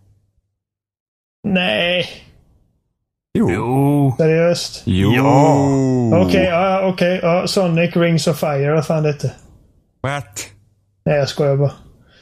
Nej. Jo. jo. Seriöst? Jo. Ja. Okej, okay, ja, okej. Okay, ja, Sonic Rings of Fire, vad fan det heter? What? Nej, jag skojar bara.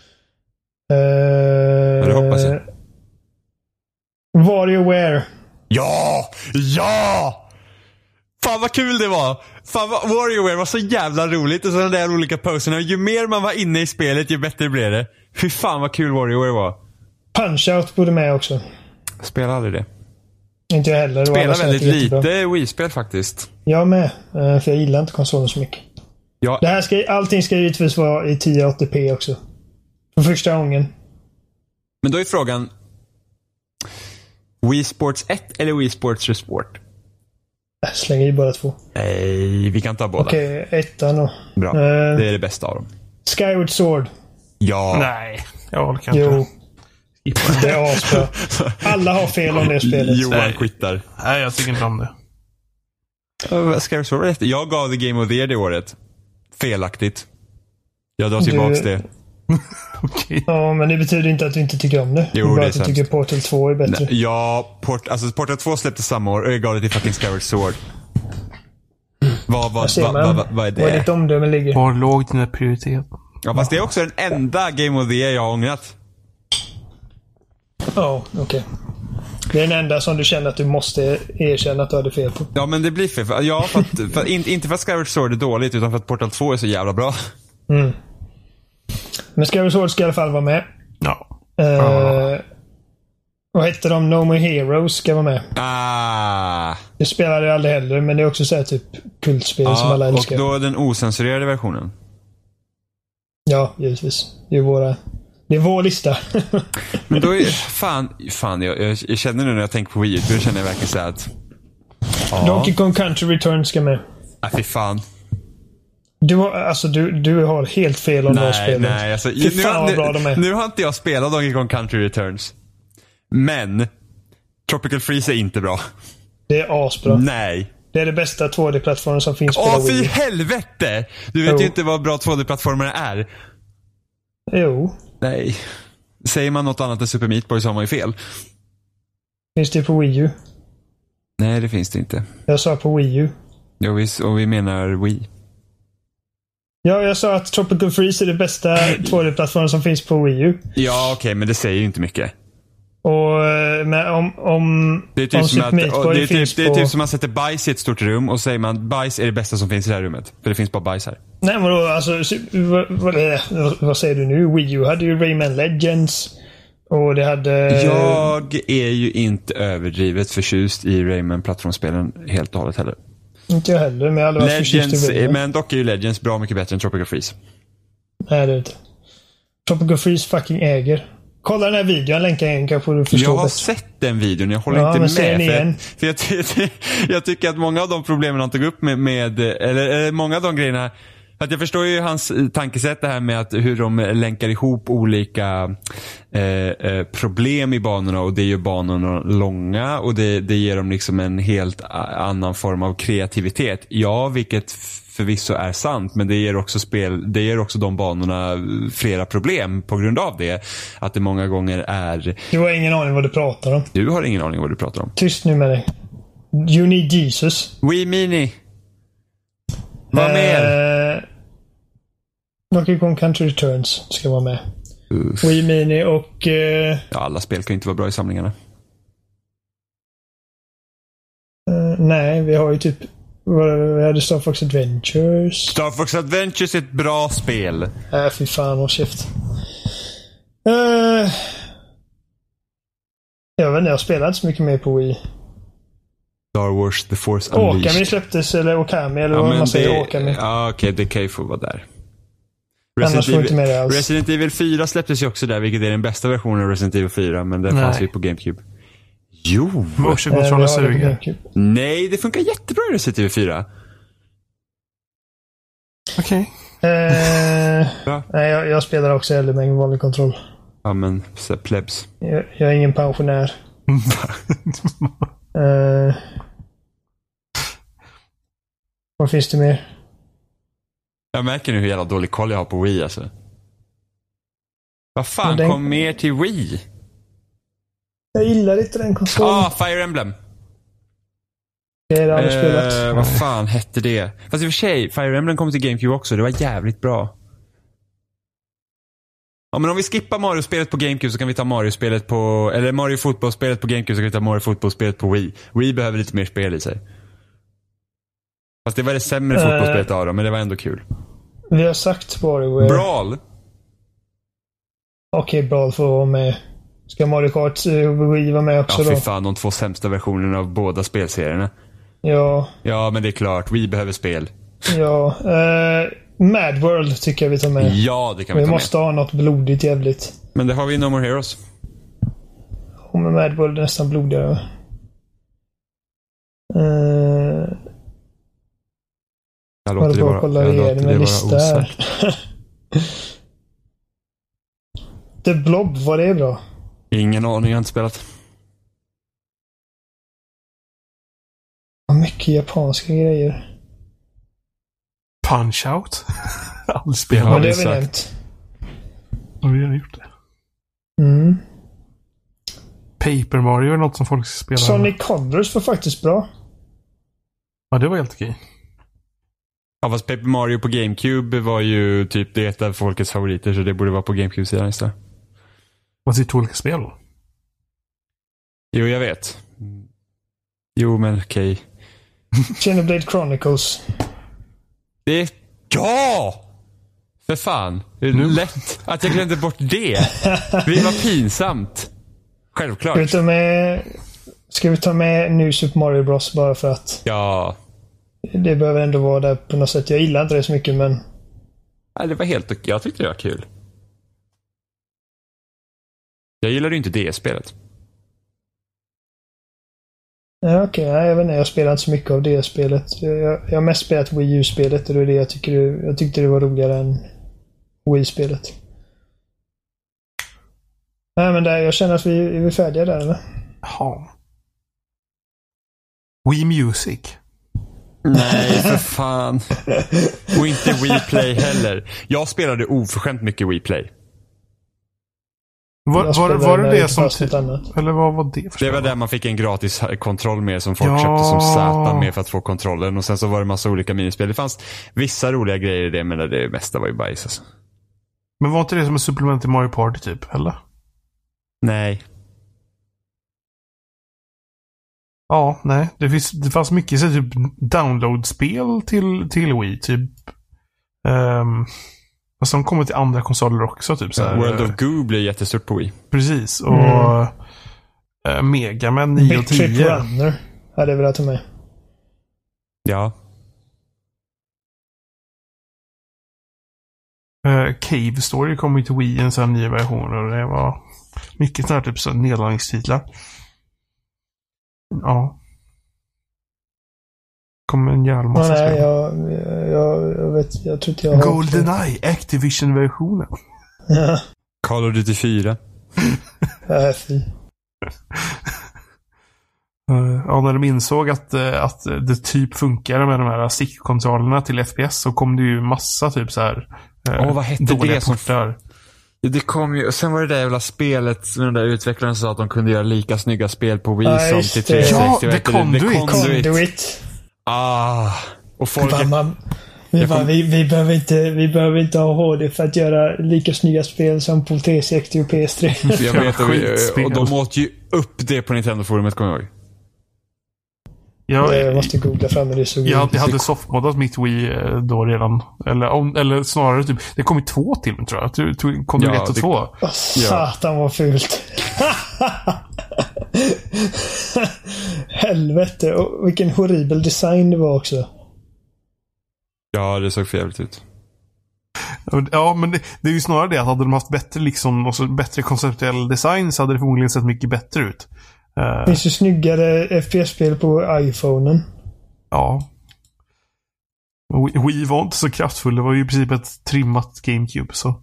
Uh, ja, det hoppas jag. WarioWare. Ja! Ja! Fan vad kul det var! Fan vad WarioWare var så jävla roligt och sådana där olika poserna. Ju mer man var inne i spelet, ju bättre blev det. Fy fan vad kul WarioWare var. Punch-Out borde med också. Spela aldrig det. Inte jag heller. Spelar väldigt lite Wii-spel faktiskt. Jag med. För jag gillar inte konsolen så mycket. Ja. Det här ska, allting ska givetvis vara i tio åttio p också. För första gången. Men då är frågan Wii Sports ett eller Wii Sports Resort? Jag slänger i bara två. Nej, vi kan ta båda. Okej, okay, ettan då. Bra, uh, det är det bästa av dem. Skyward Sword. Ja. Nej, jag orkar inte. Jo. Det är asbra. Alla har fel om det spelet. Johan quittar. Nej, jag tycker inte om det. Uh, Skyward Sword efter. Jag gav det Game of the Year det året. Felaktigt. Jag drar tillbaks du... det. Okay. Ja, men det betyder inte att du inte tycker om det. Jo, bara det är att du sant. tycker Portal två är bättre. Nej, ja, Port, alltså Portal två släpptes samma år och jag gav det till fucking Skyward Sword. Vad va, va, va, va, va är det? Var ditt omdöme ligger? Var låg dina prioriteter? Ja, fast det är också den enda Game of the Year jag har ångrat. Ja, okej. Okay. Det är den enda som du känner att du måste erkänna att du hade fel på. Ja, men det blir fel. Ja, för att, för, in, inte för att Skyward Sword är dåligt, utan för att Portal två är så jävla bra. Mm. Men Skyward Sword ska i alla fall vara med. Ja. Uh, ja. Vad heter de? No More Heroes ska vara med. Ah. Det spelade jag aldrig heller, men det är också så här typ kultspel Ja, som alla älskar. och då den osensurerade versionen. Ja, givetvis. Det är våra... Det är vår lista. Men då är... Fan, fan jag, jag, jag känner nu när jag tänker på Wii, då känner jag verkligen så här att... Ja. Donkey Kong Country Returns ska med. Nej, fy fan. Du har, alltså, du, du har helt fel om de spelen. Nej, alltså... Fy fan nu, vad bra de är. Nu har inte jag spelat Donkey Kong Country Returns. Men... Tropical Freeze är inte bra. Det är asbra. Nej. Det är det bästa två D-plattformen som finns på Åh, Wii. fy helvete! Du vet jo. ju inte vad bra två D-plattformar är. Jo. Nej. Säger man något annat än Super Meat Boy så har man ju fel. Finns det på Wii U? Nej, det finns det inte. Jag sa på Wii U. Jo, vi, och vi menar Wii. Ja, jag sa att Tropical Freeze är det bästa två D-plattformen som finns på Wii U. Ja, okej, okay, men det säger ju inte mycket. Och men om, om, det är typ, om som, att, det är typ, det är på... typ som man sätter bajs i ett stort rum och säger man bajs är det bästa som finns i det här rummet. För det finns bara bajs här. Nej, men då, alltså, vad, vad, vad säger du nu? Wii U hade ju Rayman Legends. Och det hade... Jag är ju inte överdrivet förtjust i Rayman-plattformsspelen helt och hållet heller. Inte jag heller, men jag har aldrig varit förtjust i Rayman. Men dock är ju Legends bra mycket bättre än Tropical Freeze. Nej, det är inte. Tropical Freeze fucking äger. Kolla den här videon, länkar in kanske du förstår. Jag har bättre. sett den videon, jag håller ja, inte med. För, för jag, ty- jag tycker att många av de problemen han tog upp med, med eller, eller många av de grejerna, att jag förstår ju hans tankesätt det här med att hur de länkar ihop olika eh, eh, problem i banorna och det gör banorna långa och det, det ger dem liksom en helt annan form av kreativitet. Ja, vilket förvisso är sant, men det ger också spel, det ger också de banorna flera problem på grund av det. Att det många gånger är... Du har ingen aning vad du pratar om. Du har ingen aning vad du pratar om. Tyst nu med dig. You need Jesus. Wii Mini. Vad eh, mer? Donkey Kong Country Returns ska vara med. Uff. Wii Mini och... Eh, ja, alla spel kan ju inte vara bra i samlingarna. Eh, nej, vi har ju typ... Vi hade Star Fox Adventures. Star Fox Adventures är ett bra spel. Nej, äh, fy fan, håll käft. Uh, jag vet inte, jag spelade inte så mycket mer på Wii. Star Wars The Force Unleashed. Okami släpptes, eller Okami, eller ja, vad man säger, det, Okami. Ja, okej, okay, det kan ju få vara där. Resident Evil, inte med det alls. Resident Evil fyra släpptes ju också där, vilket är den bästa versionen av Resident Evil fyra, men den fanns ju på GameCube. Jo. Motion-kontroller suger. Nej, det funkar jättebra i Resident Evil fyra. Okej. Okay. Eh, nej, jag, jag spelar också hellre med en vanlig kontroll. Ja, men så plebs. Jag, jag är ingen pensionär. eh, vad finns det mer? Jag märker nu hur jävla dålig koll jag har på Wii, alltså. Vad fan den... kom mer till Wii? Jag gillar inte den konsolen. Ah, Fire Emblem. Det är det aldrig spelat. Eh, vad fan hette det? Fast i och för sig, Fire Emblem kom till GameCube också. Det var jävligt bra. Ja, men om vi skippar Mario-spelet på GameCube så kan vi ta Mario-spelet på... Eller Mario-fotbollspelet på GameCube så kan vi ta Mario-fotbollspelet på Wii. Wii behöver lite mer spel i sig. Fast det var det sämre uh, fotbollsspelet av dem, men det var ändå kul. Vi har sagt Mario... Brawl. Okej, okay, Brawl får vara med. Ska Mario Kart Wii vara med också då? Ja, fy då? fan, de två sämsta versionerna av båda spelserierna. Ja. Ja, men det är klart. Wii behöver spel. Ja. Uh, Mad World tycker jag vi tar med. Ja, det kan vi, vi ta med. Vi måste ha något blodigt jävligt. Men det har vi i No More Heroes. Och med Mad World är nästan blodigare. Uh, jag låter det bara, kolla jag låter det lista vara här. The Blob, var det bra? Ingen aning, jag har inte spelat. Mycket japanska grejer. Punch-Out? Aldrig spelat. Ja, det har vi nämnt. Ja, vi har gjort det. Mm. Paper Mario är något som folk spelar. Sonic Colors var faktiskt bra. Ja, det var helt okej. Ja, fast Paper Mario på GameCube var ju typ det ett av folkets favoriter, så det borde vara på GameCube-sidan istället. Vad är det olika spel då? Jo, jag vet. Jo, men okej. Okay. Xenoblade Chronicles. Det... Ja! För fan. Det är nu. Lätt att jag glömde bort det. Det var pinsamt. Självklart. Ska vi ta med, ska vi ta med New Super Mario Bros bara för att... Ja. Det behöver ändå vara där på något sätt. Jag gillar inte det så mycket, men... Nej, det var helt okej. Jag tyckte det var kul. Jag gillade ju inte det spelet. Ja, okej. Okay. Jag vet inte, jag spelar inte så mycket av det spelet. Jag, jag, jag har mest spelat Wii U-spelet och det är det jag tycker det, jag tyckte det var roligare än Wii-spelet. Nej, men där, jag känner att vi är vi färdiga där, eller? Ja. Wii Music. Nej, för fan. Och inte Wii Play heller. Jag spelade oförskämt mycket Wii Play. Var, var, var det det som... T- eller vad var det för Det var där man fick en gratis kontroll med som folk ja. köpte som Z med för att få kontrollen. Och sen så var det massa olika minispel. Det fanns vissa roliga grejer i det, men det mesta var ju bajs alltså. Men var inte det som en supplement till Mario Party typ, eller? Nej. Ja, nej. Det, finns, det fanns mycket så typ download-spel till, till Wii, typ. Um, och som kommer till andra konsoler också, typ så här. World of Goo blir jättestort på Wii. Precis, och mm. uh, Mega Man nio och tio. Big Trip Runner hade jag velat ta med. Ja. Uh, Cave Story kom ju till Wii, en sån här ny version, och det var mycket sådana här typ så nedladdningstitlar. Ja. Kommer en jävla massa ja, nej, jag, jag, jag vet, jag tror inte jag har... GoldenEye, Activision-versionen. Ja. Call of Duty fyra. Ja, fy. Ja, när de insåg att, att det typ funkar med de här stickkontrollerna till F P S så kom det ju massa typ så här. Åh, oh, vad hette det som där? Det kom ju, och sen var det där jävla spelet med de där utvecklarna som sa att de kunde göra lika snygga spel på Wii ja, som till tre sextio. Ja, det Conduit. Conduit. Ah, och folk... Man, vi, bara, vi, vi, behöver inte, vi behöver inte ha H D för att göra lika snygga spel som på tre sextio och P S tre. Jag vet, och, och de åt ju upp det på Nintendo-forumet, kommer jag ihåg. Jag, jag måste googla fram det så. Jag hade, hade softmoddat mitt Wii då redan. Eller, om, eller snarare typ, det kom ju två till mig tror jag. Du tog kom ja, ett och det, två. Åh, satan vad fult. Helvete. Och vilken horribel design det var också. Ja, det såg fel ut. Ja, men det, det är ju snarare det att hade de haft bättre liksom, och så bättre konceptuell design så hade det förmodligen sett mycket bättre ut. Det finns ju snyggare F P S-spel på iPhonen. Ja. Wii var inte så kraftfull. Det var ju i princip ett trimmat GameCube. Så.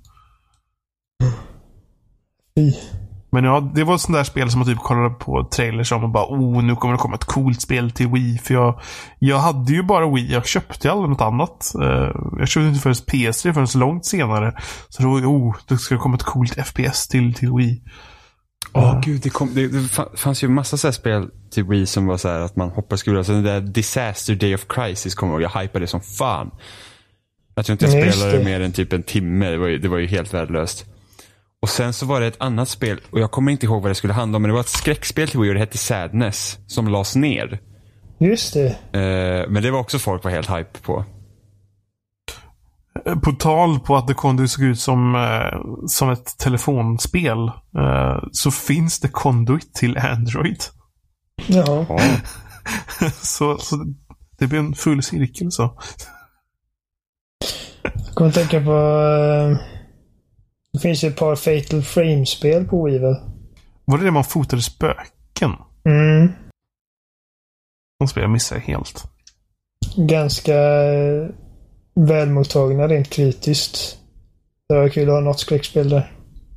Fy. Men ja, det var ett sånt där spel som man typ kollade på trailers om och bara, oh, nu kommer det komma ett coolt spel till Wii. För jag, jag hade ju bara Wii. Jag köpte ju aldrig något annat. Jag köpte inte förrän P S tre förrän så långt senare. Så då, oh, då ska det komma ett coolt F P S till, till Wii. Åh oh, uh. gud, det, kom, det, det fanns ju massa så här spel till Wii som var så här att man hoppar skolan. Alltså den där Disaster Day of Crisis kommer jag ihåg. Jag hypade det som fan. Jag tror inte jag Nej, spelade det mer än typ en timme. Det var ju, det var ju helt värdelöst. Och sen så var det ett annat spel, och jag kommer inte ihåg vad det skulle handla om, men det var ett skräckspel till Wii och det hette Sadness, som lades ner. Just det. Eh, men det var också folk var helt hype på. På tal på att det Conduit såg ut som, eh, som ett telefonspel, eh, så finns det Conduit till Android. Ja. Ja. så, så det blir en full cirkel så. Jag kommer tänka på... Uh... Det finns ju ett par Fatal Frame-spel på Wii väl? Var det det man fotade spöken? Mm. De spel jag missar helt. Ganska välmottagna rent kritiskt. Det var kul att ha något skräckspel där.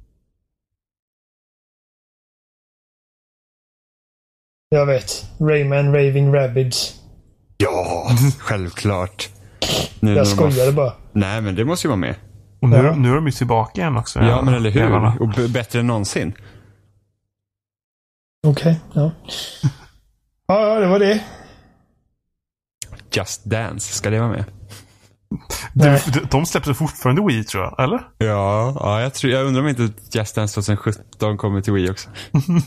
Jag vet. Rayman Raving Rabbids. Ja, självklart. Nu jag skojade var... bara. Nej, men det måste ju vara med. Och nu, ja. nu är de ju tillbaka igen också. Ja, men eller hur? Jävlarna. Och b- bättre än någonsin. Okej, okay, ja. ja. Ja, det var det. Just Dance, ska det vara med? Du, de släppte fortfarande Wii, tror jag, eller? Ja, ja jag, tror, jag undrar om inte Just Dance tjugosjutton kommer till Wii också.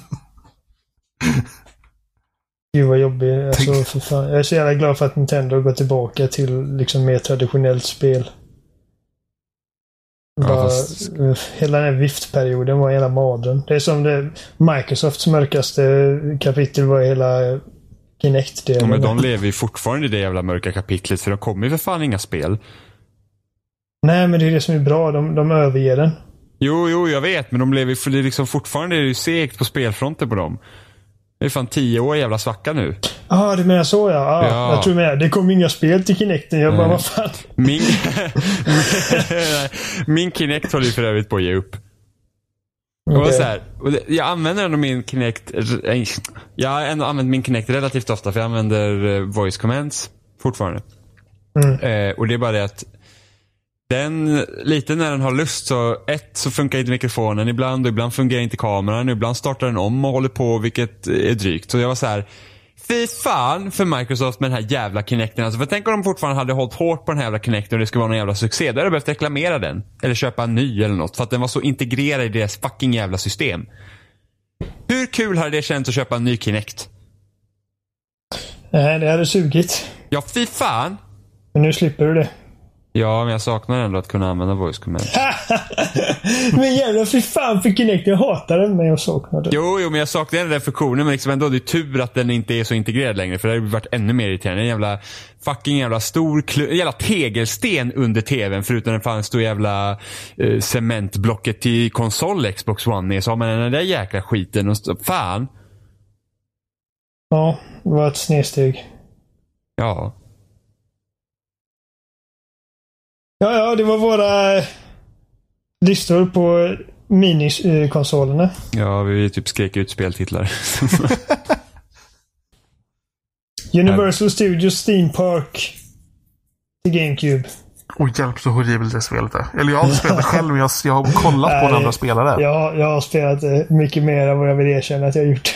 Gud vad jobbigt. Alltså, för fan. Jag är så jävla glad för att Nintendo går tillbaka till liksom mer traditionellt spel. Bara, ja, fast... Hela den här viftperioden var hela madren. Det är som det Microsofts mörkaste kapitel var hela Kinect-delen. Ja, men de lever ju fortfarande i det jävla mörka kapitlet, för de kommer ju för fan inga spel. Nej, men det är det som är bra. De, de överger den. Jo, jo, jag vet. Men de lever för det är liksom fortfarande är det ju segt på spelfronten på dem. Det är fan tio år jävla svacka nu. Ja, ah, du menar så ja. Ah, ja. Jag tror med. Det kom inga spel till Kinecten. Jag bara, vad fan. Min, min Kinect håller ju för övrigt på att ge upp. Okay. Och så här, och det, jag använder ändå min Kinect. Jag har ändå använt min Kinect relativt ofta, för jag använder voice commands fortfarande. Mm. Eh, och det är bara det att den, lite när den har lust så ett så funkar inte mikrofonen ibland och ibland fungerar inte kameran, ibland startar den om och håller på, vilket är drygt. Så jag var så här, fy fan för Microsoft med den här jävla Kinecten. Alltså, för tänk om de fortfarande hade hållit hårt på den här jävla Kinecten och det skulle vara någon jävla succé. Då hade jag behövt reklamera den. Eller köpa en ny eller något. För att den var så integrerad i deras fucking jävla system. Hur kul hade det känts att köpa en ny Kinect? Nej, det hade sugit. Ja, fy fan. Men nu slipper du det. Ja, men jag saknar ändå att kunna använda voice command. Men jävla fy fan för Kinect. Jag hatar den, men jag saknar den. Jo, jo, men jag saknar den där funktionen. Men liksom ändå, det är tur att den inte är så integrerad längre. För det hade varit ännu mer irriterande. En jävla fucking jävla stor klu- jävla tegelsten under tvn. Förutom den fanns stor jävla uh, cementblocket till konsol Xbox One är. Så har man den där jäkla skiten. Och st- fan. Ja, det var ett snedsteg. Ja. Ja, ja, det var våra listor på minikonsolerna. Ja, vi typ skrek ut speltitlar. Universal Studios Theme Park till GameCube. Oj, hjälp så horribelt det spelet är. Eller jag har inte spelat det själv, men jag, jag har kollat Nej, på när andra spelare. Ja, jag har spelat det mycket mer än vad jag vill erkänna att jag har gjort.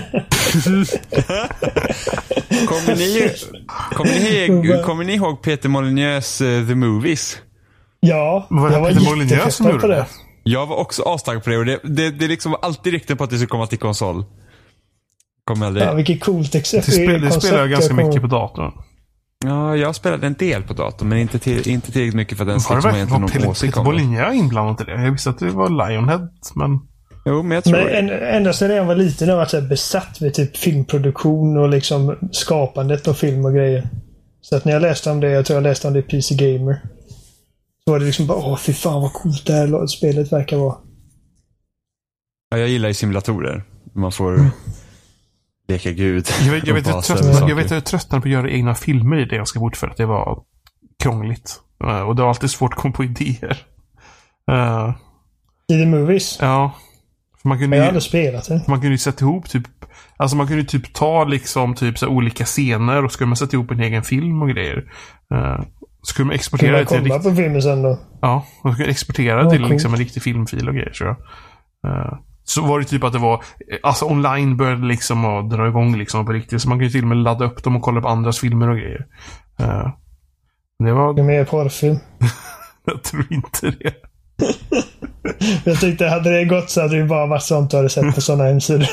Kommer ni, kommer, ni ihåg, kommer ni ihåg Peter Molyneux uh, The Movies? Ja, var det jag var Peter Molyneux som gjorde det? det. Jag var också avstag på det och det, det, det liksom alltid rykten på att det skulle komma till konsol. Kommer aldrig. Ja, vilket coolt exempel. Det, spel, det spelar jag ganska jag mycket på datorn. Ja, jag spelade en del på datorn, men inte, till, inte tillräckligt mycket för att den liksom egentligen någon åsikt om det. Var Peter Molyneux inblandad i det? Jag visste att det var Lionhead, men... Jo, men jag tror men en, ända sedan jag var liten har jag varit så här besatt vid typ filmproduktion och liksom skapandet av film och grejer. Så att när jag läste om det, jag tror jag läste om det i P C Gamer, så var det liksom bara, åh fy fan vad coolt det här spelet verkar vara. Ja, jag gillar ju simulatorer. Man får... Mm. Leka gud. Jag vet, jag vet, jag tröttnar, jag vet att jag tröttnar på att göra egna filmer i det ganska fort för att det var krångligt. Uh, och det var alltid svårt att komma på idéer. Uh, I the movies? Ja. För man kunde jag ju, har aldrig spelat det. Man kunde ju sätta ihop typ, alltså man kunde ju typ ta liksom typ så olika scener och skulle man sätta ihop en egen film och grejer. Uh, skulle man exportera det till... Kan man kolla på filmen sen då? Ja, man skulle exportera oh, till cool. liksom en riktig filmfil och grejer, tror jag. Uh, så var det typ att det var, alltså online började liksom att dra igång liksom på riktigt, så man kan ju till och med ladda upp dem och kolla på andras filmer och grejer. Uh, det var... Det är mer porrfilm. Jag tror inte det. Jag tyckte, hade det gått så hade det bara varit sånt du hade sett på sådana hemsidor.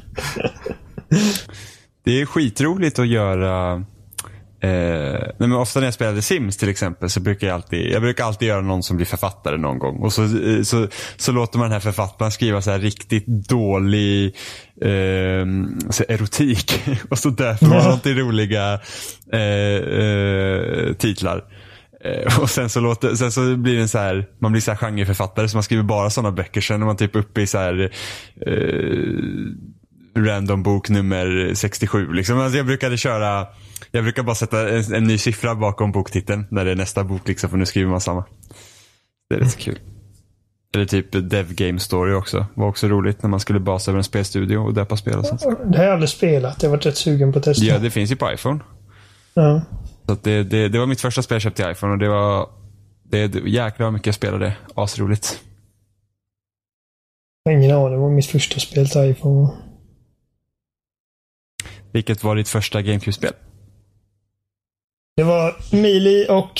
Det är skitroligt att göra. Eh, men ofta när jag spelade Sims till exempel så brukar jag alltid jag brukar alltid göra någon som blir författare någon gång. Och så, så, så låter man den här författaren skriva så här riktigt dålig eh, så erotik. Och så döper man dem till roliga eh, eh, titlar. Och sen så låter, sen så blir det så här, man blir så här genreförfattare, så man skriver bara sådana böcker. Sen är man typ uppe i så här eh, random bok nummer sextiosju liksom. Alltså jag brukade köra, jag brukar bara sätta en, en ny siffra bakom boktiteln när det är nästa bok liksom, för nu skriver man samma. Det är rätt så kul. Eller typ Dev Game Story också. Var också roligt när man skulle basa över en spelstudio och döpa spel och sånt. Det har jag aldrig spelat. Jag har varit rätt sugen på att testa. Ja, det finns ju på iPhone. Ja. Så att det, det, det var mitt första spel jag köpte i iPhone och det var det, det jäklar vad mycket jag spelade. Asroligt. Jag har ingen aning om mitt första spel till iPhone. Vilket var ditt första GameCube-spel? Det var Melee och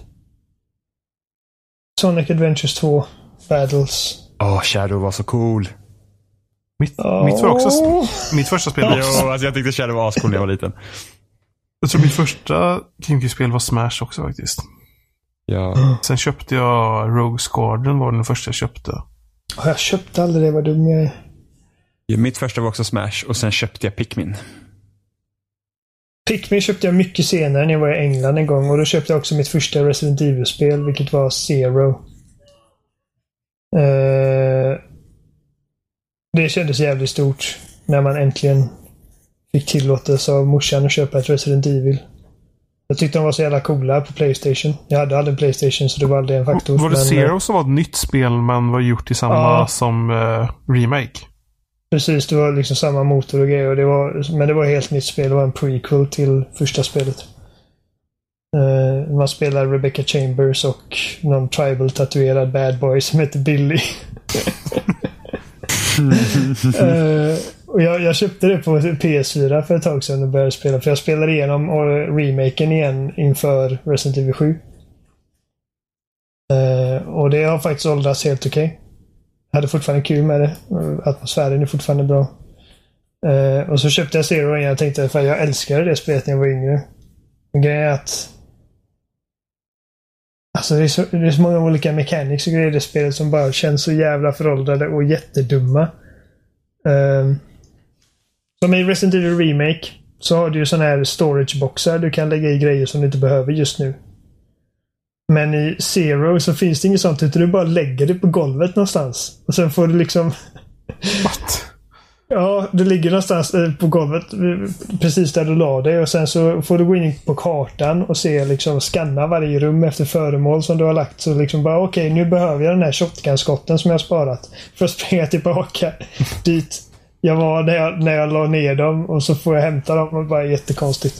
Sonic Adventures två Battles. Åh, oh, Shadow var så cool. Mitt, oh. mitt, var också, mitt första spel var också. Jo, alltså jag tyckte Shadow var ascool när jag var liten. Jag tror mitt första GameCube-spel var Smash också faktiskt. Ja. Sen köpte jag Rogue's Garden, var den första jag köpte. Oh, jag köpte aldrig det, vad dum jag är. Ja, mitt första var också Smash och sen köpte jag Pikmin. Pikmin köpte jag mycket senare när jag var i England en gång, och då köpte jag också mitt första Resident Evil-spel, vilket var Zero. Uh, det kändes jävligt stort när man äntligen fick tillåtelse av morsan att köpa ett Resident Evil. Jag tyckte de var så jävla coola på PlayStation. Jag hade aldrig en PlayStation, så det var aldrig en faktor. Var det men, Zero som var ett nytt spel men var gjort i samma ja, som uh, remake? Precis, det var liksom samma motor och grejer. Och det var, men det var ett helt nytt spel. Det var en prequel till första spelet. Uh, man spelar Rebecca Chambers och någon tribal-tatuerad bad boy som heter Billy. uh, och jag, jag köpte det på P S fyra för ett tag sedan och började spela. För jag spelade igenom och remaken igen inför Resident Evil sju. Uh, och det har faktiskt åldrats helt okej. Okay. Jag hade fortfarande kul med det. Atmosfären är fortfarande bra. Uh, och så köpte jag Zero och jag tänkte, för jag älskade det spelet när jag var yngre. Men grejen är att alltså det är, så, det är så många olika mechanics och grejer i det spelet som bara känns så jävla föråldrade och jättedumma. Uh, som i Resident Evil Remake så har du ju sådana här storageboxar du kan lägga i grejer som du inte behöver just nu. Men i Zero så finns det inget sånt, utan du bara lägger det på golvet någonstans. Och sen får du liksom... What? Ja, du ligger någonstans på golvet precis där du la dig, och sen så får du gå in på kartan och se, liksom scanna varje rum efter föremål som du har lagt, så liksom bara okej, okay, nu behöver jag den här shotgun-skotten som jag har sparat för att springa tillbaka dit jag var när jag, när jag la ner dem, och så får jag hämta dem, och bara jättekonstigt.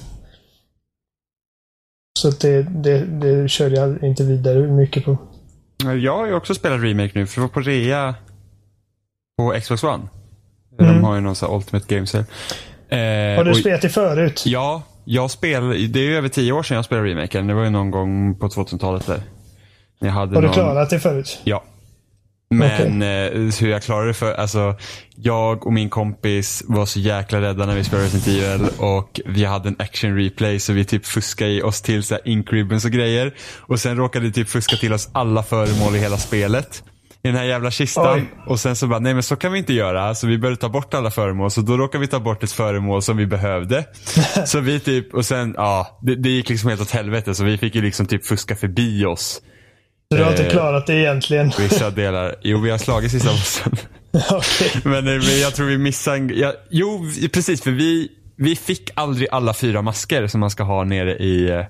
Så det, det, det körde jag inte vidare mycket på. Jag har ju också spelat remake nu, för det var på rea på Xbox One. Mm. De har ju någon sån här Ultimate Games här. Eh, har du och, spelat det förut? Ja, jag spelade, det är ju över tio år sedan jag spelade remaken. Det var ju någon gång på tvåtusentalet där. Jag hade har du någon... klarat det förut? Ja. Men okay. eh, hur jag klarade det för, alltså jag och min kompis var så jäkla rädda när vi spelade Resident Evil, och vi hade en action replay, så vi typ fuskade i oss till så här ink ribbons och grejer, och sen råkade vi typ fuska till oss alla föremål i hela spelet i den här jävla kistan. Oj. Och sen så bara, nej men så kan vi inte göra, så vi började ta bort alla föremål, så då råkade vi ta bort ett föremål som vi behövde. Så vi typ, och sen ja, det, det gick liksom helt åt helvete, så vi fick ju liksom typ fuska förbi oss. Så du har inte klarat det egentligen? Vissa delar. Jo, vi har slagit sista bossen. Okay. men, men jag tror vi missade en, ja, jo, precis, för vi, vi fick aldrig alla fyra masker som man ska ha nere i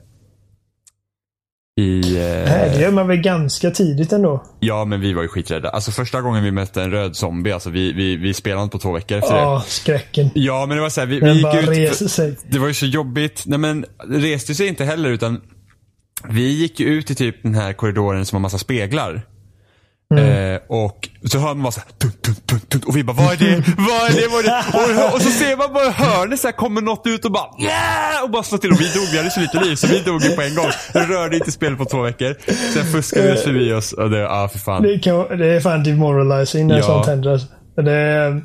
i... Nej, det gör man väl ganska tidigt ändå. Ja, men vi var ju skiträdda. Alltså första gången vi mötte en röd zombie, alltså vi, vi, vi spelade inte på två veckor efter ja, det. Ja, skräcken. Ja, men det var så här, vi, den vi gick bara ut, reser sig. Det var ju så jobbigt. Nej, men det reste sig inte heller, utan vi gick ju ut i typ den här korridoren som har massa speglar. Mm. Eh, och så hör man bara så här, tunt, tunt, tunt, tunt, och vi bara, vad är det? Vad är det? Vad är det? Och, och så ser man bara hörnet så här, kommer något ut och bara yeah! Och bara slår till, och vi dog, vi hade så lite liv så vi dog ju på en gång. Vi rörde inte spelet på två veckor. Sen fuskade vi oss förbi oss och det, ja, för fan. Det, kan, det är fan demoralizing när ja. sånt händer. Det är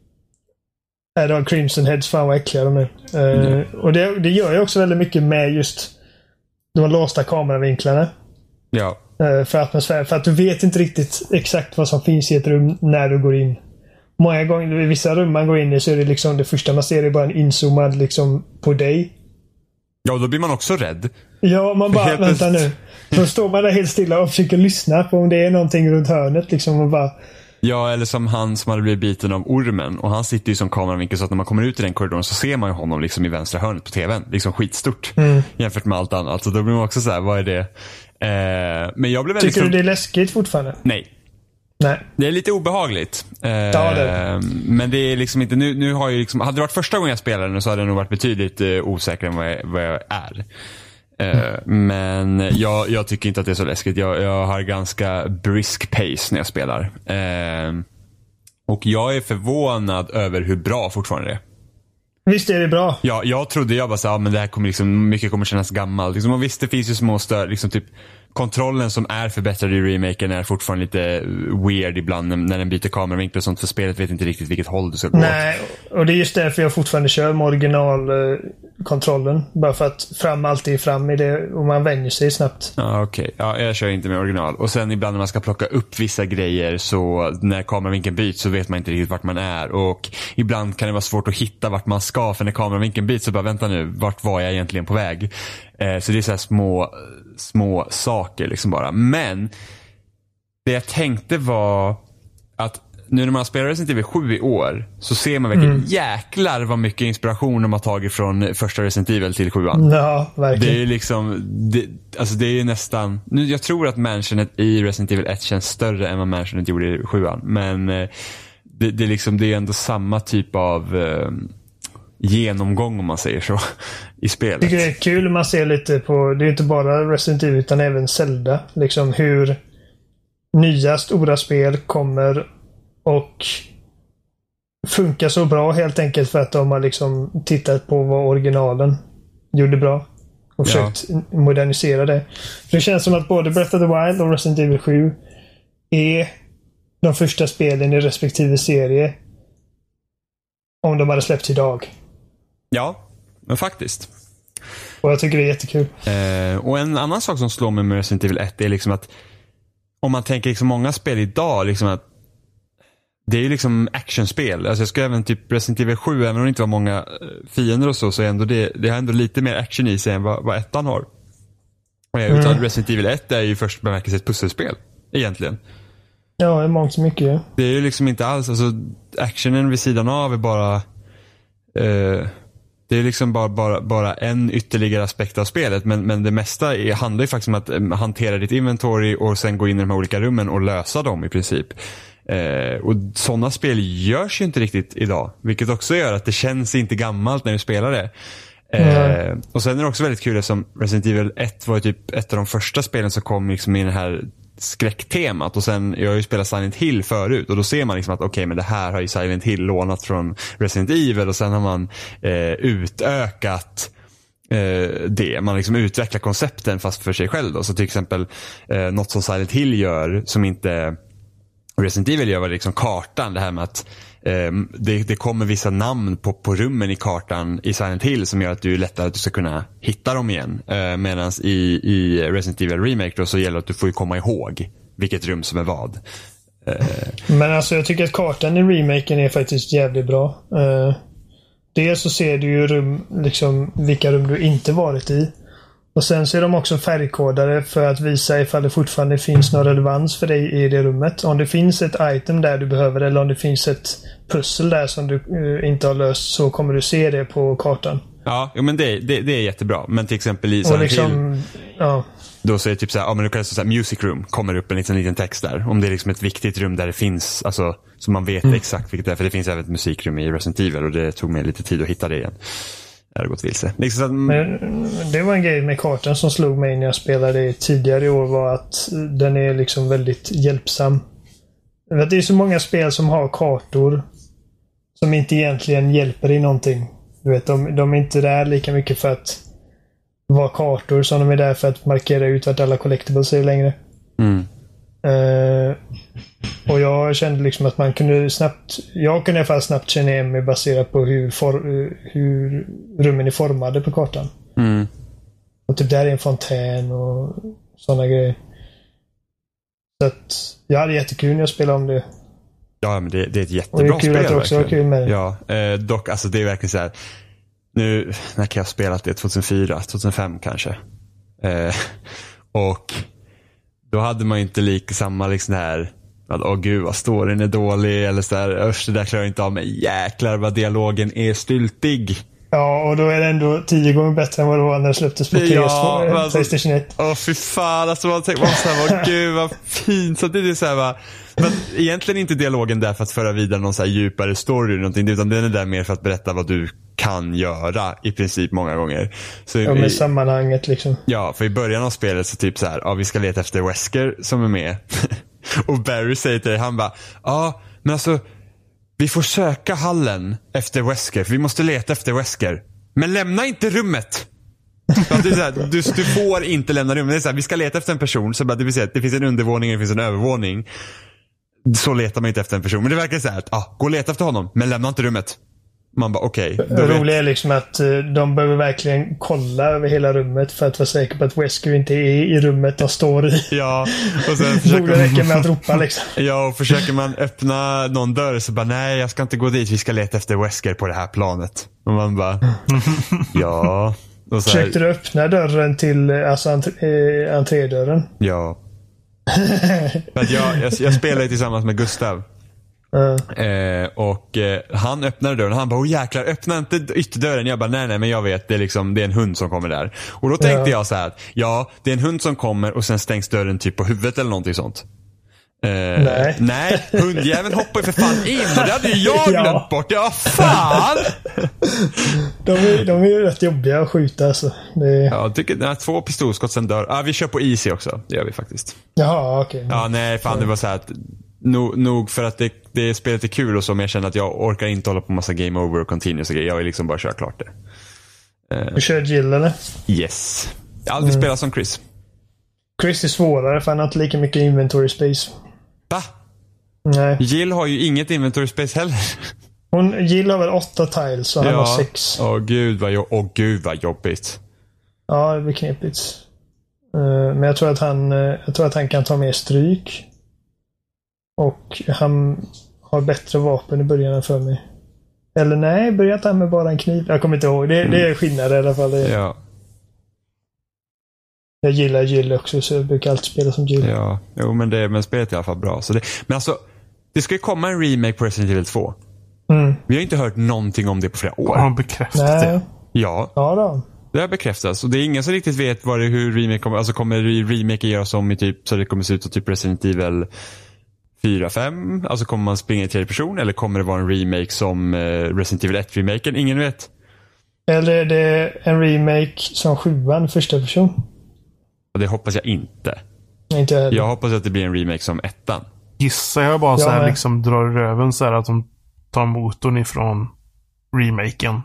äh, de Crimson Heads, fan vad äckliga de är. Uh, mm. Och det, det gör ju också väldigt mycket med just de låsta kameravinklarna. Ja. För atmosfär. För att du vet inte riktigt exakt vad som finns i ett rum när du går in. Många gånger, i vissa rum man går in i, så är det liksom det första man ser är bara en inzoomad liksom på dig. Ja, då blir man också rädd. Ja, man bara, helt vänta nu. Då står man där helt stilla och försöker lyssna på om det är någonting runt hörnet liksom, och bara... Ja, eller som han som hade blivit biten av ormen. Och han sitter ju som kameravinkel, så att när man kommer ut i den korridoren så ser man ju honom liksom i vänstra hörnet på tvn. Liksom skitstort. Mm. Jämfört med allt annat. Så då blir man också så här, vad är det? Eh, men jag blev väldigt... Tycker du det är läskigt fortfarande? Nej. Nej. Det är lite obehagligt. Eh, ja, det. Men det är liksom inte... Nu, nu har ju liksom... Hade det varit första gången jag spelade nu så hade det nog varit betydligt eh, osäkrare än vad jag, vad jag är. Uh, men jag, jag tycker inte att det är så läskigt. Jag, jag har ganska brisk pace när jag spelar. Uh, och jag är förvånad över hur bra fortfarande det är. Visst är det bra. Ja, jag trodde jag bara så, ja, men det här kommer liksom, mycket kommer kännas gammalt. Liksom, och visst, det finns ju små stör, liksom typ kontrollen som är förbättrad i remaken är fortfarande lite weird ibland när, när den byter kameravinkel och sånt, för spelet vet inte riktigt vilket håll du ska gå. Nej, och det är just därför jag fortfarande kör med originalkontrollen. Bara för att fram alltid är fram i det och man vänjer sig snabbt. Ja, okej. Okay. Ja, jag kör inte med original. Och sen ibland när man ska plocka upp vissa grejer, så när kameravinkeln byts så vet man inte riktigt vart man är. Och ibland kan det vara svårt att hitta vart man ska, för när kameravinkeln byts så bara, vänta nu, vart var jag egentligen på väg? Eh, så det är så här små små saker liksom bara. Men det jag tänkte var att nu när man spelar Resident Evil sju i år så ser man verkligen, mm. jäklar vad mycket inspiration de har tagit från första Resident Evil till sjuan. Ja, verkligen. Det är liksom det, alltså det är nästan nu, jag tror att mansionet i Resident Evil ett känns större än vad mansionet gjorde i sjuan, men det, det är liksom, det är ändå samma typ av eh, genomgång, om man säger så, i spelet. Jag tycker det är kul, man ser lite på, det är inte bara Resident Evil utan även Zelda, liksom hur nya stora spel kommer och funkar så bra helt enkelt för att de har liksom tittat på vad originalen gjorde bra och försökt ja. modernisera det. För det känns som att både Breath of the Wild och Resident Evil sju är de första spelen i respektive serie om de hade släppts idag. Ja, men faktiskt. Och jag tycker det är jättekul. Eh, och en annan sak som slår mig med Resident Evil ett är liksom att om man tänker liksom många spel idag, liksom att det är ju liksom actionspel. Alltså jag skulle även typ Resident Evil sju, även om det inte var många fiender och så, så är ändå det, det har ändå lite mer action i sig än vad, vad ettan har. Och jag utan mm. Resident Evil ett är ju först bemärkelse ett pusselspel, egentligen. Ja, det är mångt så mycket. Ja. Det är ju liksom inte alls, alltså actionen vid sidan av är bara eh, det är liksom bara, bara, bara en ytterligare aspekt av spelet, men, men det mesta är, handlar ju faktiskt om att um, hantera ditt inventory och sen gå in i de här olika rummen och lösa dem i princip. Eh, och sådana spel görs ju inte riktigt idag, vilket också gör att det känns inte gammalt när du spelar det. Eh, mm. Och sen är det också väldigt kul som Resident Evil ett var ju typ ett av de första spelen som kom liksom i den här skräcktemat, och sen, jag har ju spelat Silent Hill förut och då ser man liksom att okej, okay, men det här har ju Silent Hill lånat från Resident Evil, och sen har man eh, utökat eh, det, man liksom utvecklar koncepten fast för sig själv då. Så till exempel eh, något som Silent Hill gör som inte Resident Evil gör, var liksom kartan, det här med att eh, det, det kommer vissa namn på, på rummen i kartan i Silent Hill som gör att du är lättare att du ska kunna hitta dem igen. Eh, Medan i, i Resident Evil Remake då, så gäller att du får ju komma ihåg vilket rum som är vad. Eh. Men alltså jag tycker att kartan i remaken är faktiskt jävligt bra. Eh, dels så ser du ju rum, liksom vilka rum du inte varit i. Och sen så är de också färgkodade för att visa ifall det fortfarande finns någon relevans för dig i det rummet. Om det finns ett item där du behöver eller om det finns ett pussel där som du uh, inte har löst så kommer du se det på kartan. Ja, men det, det, det är jättebra. Men till exempel i Silent liksom, Hill, ja. då så är det typ så här, ja men då kan det stå så här, music room, kommer upp en liten, liten text där. Om det är liksom ett viktigt rum där det finns, alltså så man vet mm. exakt vilket det är. För det finns även ett musikrum i Resident Evil och det tog mig lite tid att hitta det igen. Jag hade gått vilse. Liksom så att, men det var en grej med kartan som slog mig när jag spelade tidigare i år var att den är liksom väldigt hjälpsam. Det är så många spel som har kartor som inte egentligen hjälper i någonting. Du vet, de, de är inte där lika mycket för att vara kartor som de är där för att markera ut att alla collectibles är längre. Mm. Uh, och jag kände liksom att man kunde snabbt jag kunde i alla fall snabbt känna igen mig baserat på hur, for, hur rummen är formade på kartan. Mm. Och typ där är en fontän och sådana grejer. Så att jag hade jättekul när jag spelade om det. Ja, men det, det är ett jättebra och det är kul spel. Att det också var kul med det. Ja, eh, dock, alltså det är verkligen så här. Nu, när kan jag ha spelat det? tjugohundrafyra, tjugohundrafem kanske. Eh, och då hade man inte lika samma liksom här att åh gud vad storyn är dålig eller så där, ösch det där klarar jag inte av mig. Jäklar vad dialogen är styltig. Ja, och då är det ändå tio gånger bättre än vad det var när det släpptes på ja, P S, alltså, PlayStation ett. Åh fy fan, alltså man tänker, man såhär, åh gud vad fint. Så det är så här, va, men egentligen inte dialogen där för att föra vidare någon så här djupare story eller någonting, utan den är där mer för att berätta vad du kan göra i princip många gånger. Så ja, med i, sammanhanget liksom. Ja, för i början av spelet så typ så här, ja vi ska leta efter Wesker som är med. Och Barry säger till dig, han bara, ja men alltså vi får söka hallen efter Wesker, för vi måste leta efter Wesker. Men lämna inte rummet. Att det är så här, du, du får inte lämna rummet. Det är så här, vi ska leta efter en person. Så bara, det vill säga att det finns en undervåning och det finns en övervåning. Så letar man inte efter en person. Men det verkar så här att, ah, gå och leta efter honom. Men lämna inte rummet. Man bara, okej. Okay, det roliga är liksom att uh, de behöver verkligen kolla över hela rummet för att vara säker på att Wesker inte är i rummet de står i. Ja, och sen försöker borde räcka med att ropa liksom. Ja, och försöker man öppna någon dörr så bara, nej jag ska inte gå dit. Vi ska leta efter Wesker på det här planet. Och man bara, ja. Och så här, försökte du öppna dörren till alltså entré, äh, entrédörren? Ja. För att jag, jag, jag spelade tillsammans med Gustav. Uh. Eh, och eh, han öppnade dörren och han bara, åh jäklar, öppna inte ytterdörren. Jag bara, nej nej men jag vet, det är liksom, det är en hund som kommer där. Och då tänkte uh. jag så här, ja det är en hund som kommer och sen stängs dörren typ på huvudet eller någonting sånt. Eh, nej. Nej, hundjäveln hoppar ju för fan in och det hade ju jag glömt ja. bort. Ja, fan! de, är, de är ju rätt jobbiga att skjuta alltså. Det är... Ja, jag tycker, nej, två pistolskott sen dör. Ja, vi kör på easy också, det gör vi faktiskt. Jaha, okej. Okay. Ja, nej fan det var så här att Nog, nog för att det, det spelet är kul och så, men jag känner att jag orkar inte hålla på massa game over och continuous och grejer. Jag vill liksom bara köra klart det. Uh, du kör Jill eller? Yes. Jag har aldrig mm. spelat som Chris. Chris är svårare för han har inte lika mycket inventory space. Va? Nej. Jill har ju inget inventory space heller. Hon, Jill har väl åtta tiles och han ja. har sex. Åh gud, vad jo- åh, gud vad jobbigt. Ja, det blir knepigt. Uh, men jag tror att han uh, jag tror att han kan ta mer stryk. Och han har bättre vapen i början för mig. Eller nej, börjat han med bara en kniv. Jag kommer inte ihåg. Det, mm. det är skillnad i alla fall. Det. Ja. Jag gillar Jill också, så jag brukar alltid spela som Jill. Ja, jo, men, det, men spelet är i alla fall bra. Så det, men alltså, det ska ju komma en remake på Resident Evil två. Mm. Vi har inte hört någonting om det på flera år. Har han bekräftat det? Ja. Ja då. Det har bekräftats. Och det är ingen som riktigt vet vad det, hur remake kommer. Alltså kommer remake göras om i typ, så det kommer se ut som typ Resident Evil fyra, fem. Alltså kommer man springa i tredje person, eller kommer det vara en remake som uh, Resident Evil ett-remaken? Ingen vet. Eller är det en remake som sjuan, första person? Och det hoppas jag inte. Inte heller. Jag hoppas att det blir en remake som ettan. Gissar jag bara så här ja, liksom drar röven så här att de tar motorn ifrån remaken.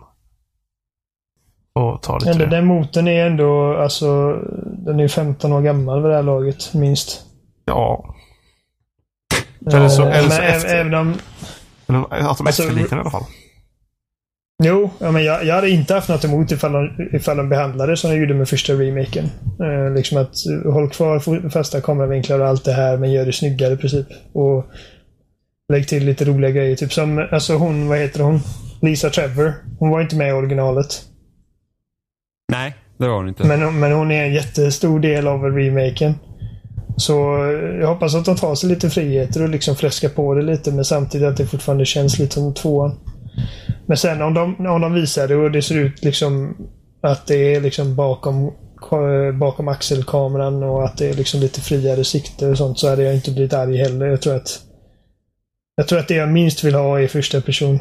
Och tar det till det. Den motorn är ändå, alltså, den är femton år gammal vid det här laget, minst. Ja. Eller så, eller så men efter. Även om... Eller att de alltså, efterliknar i alla fall. Jo, ja, men jag, jag hade inte haft något emot ifall de, ifall de behandlade som de gjorde med första remaken. Eh, liksom att håll kvar fasta kameravinklar och allt det här, men gör det snyggare i princip. Och lägg till lite roliga grejer. Typ som, alltså hon, vad heter hon? Lisa Trevor. Hon var inte med i originalet. Nej. det var hon inte. Men, men hon är en jättestor del av remaken. Så jag hoppas att de tar sig lite friheter och liksom fläskar på det lite, men samtidigt att det fortfarande känns lite som tvåan. Men sen om de, om de visar det och det ser ut liksom att det är liksom bakom bakom axelkameran och att det är liksom lite friare sikte och sånt, så hade jag inte blivit arg heller. Jag tror att jag tror att det jag minst vill ha är första person.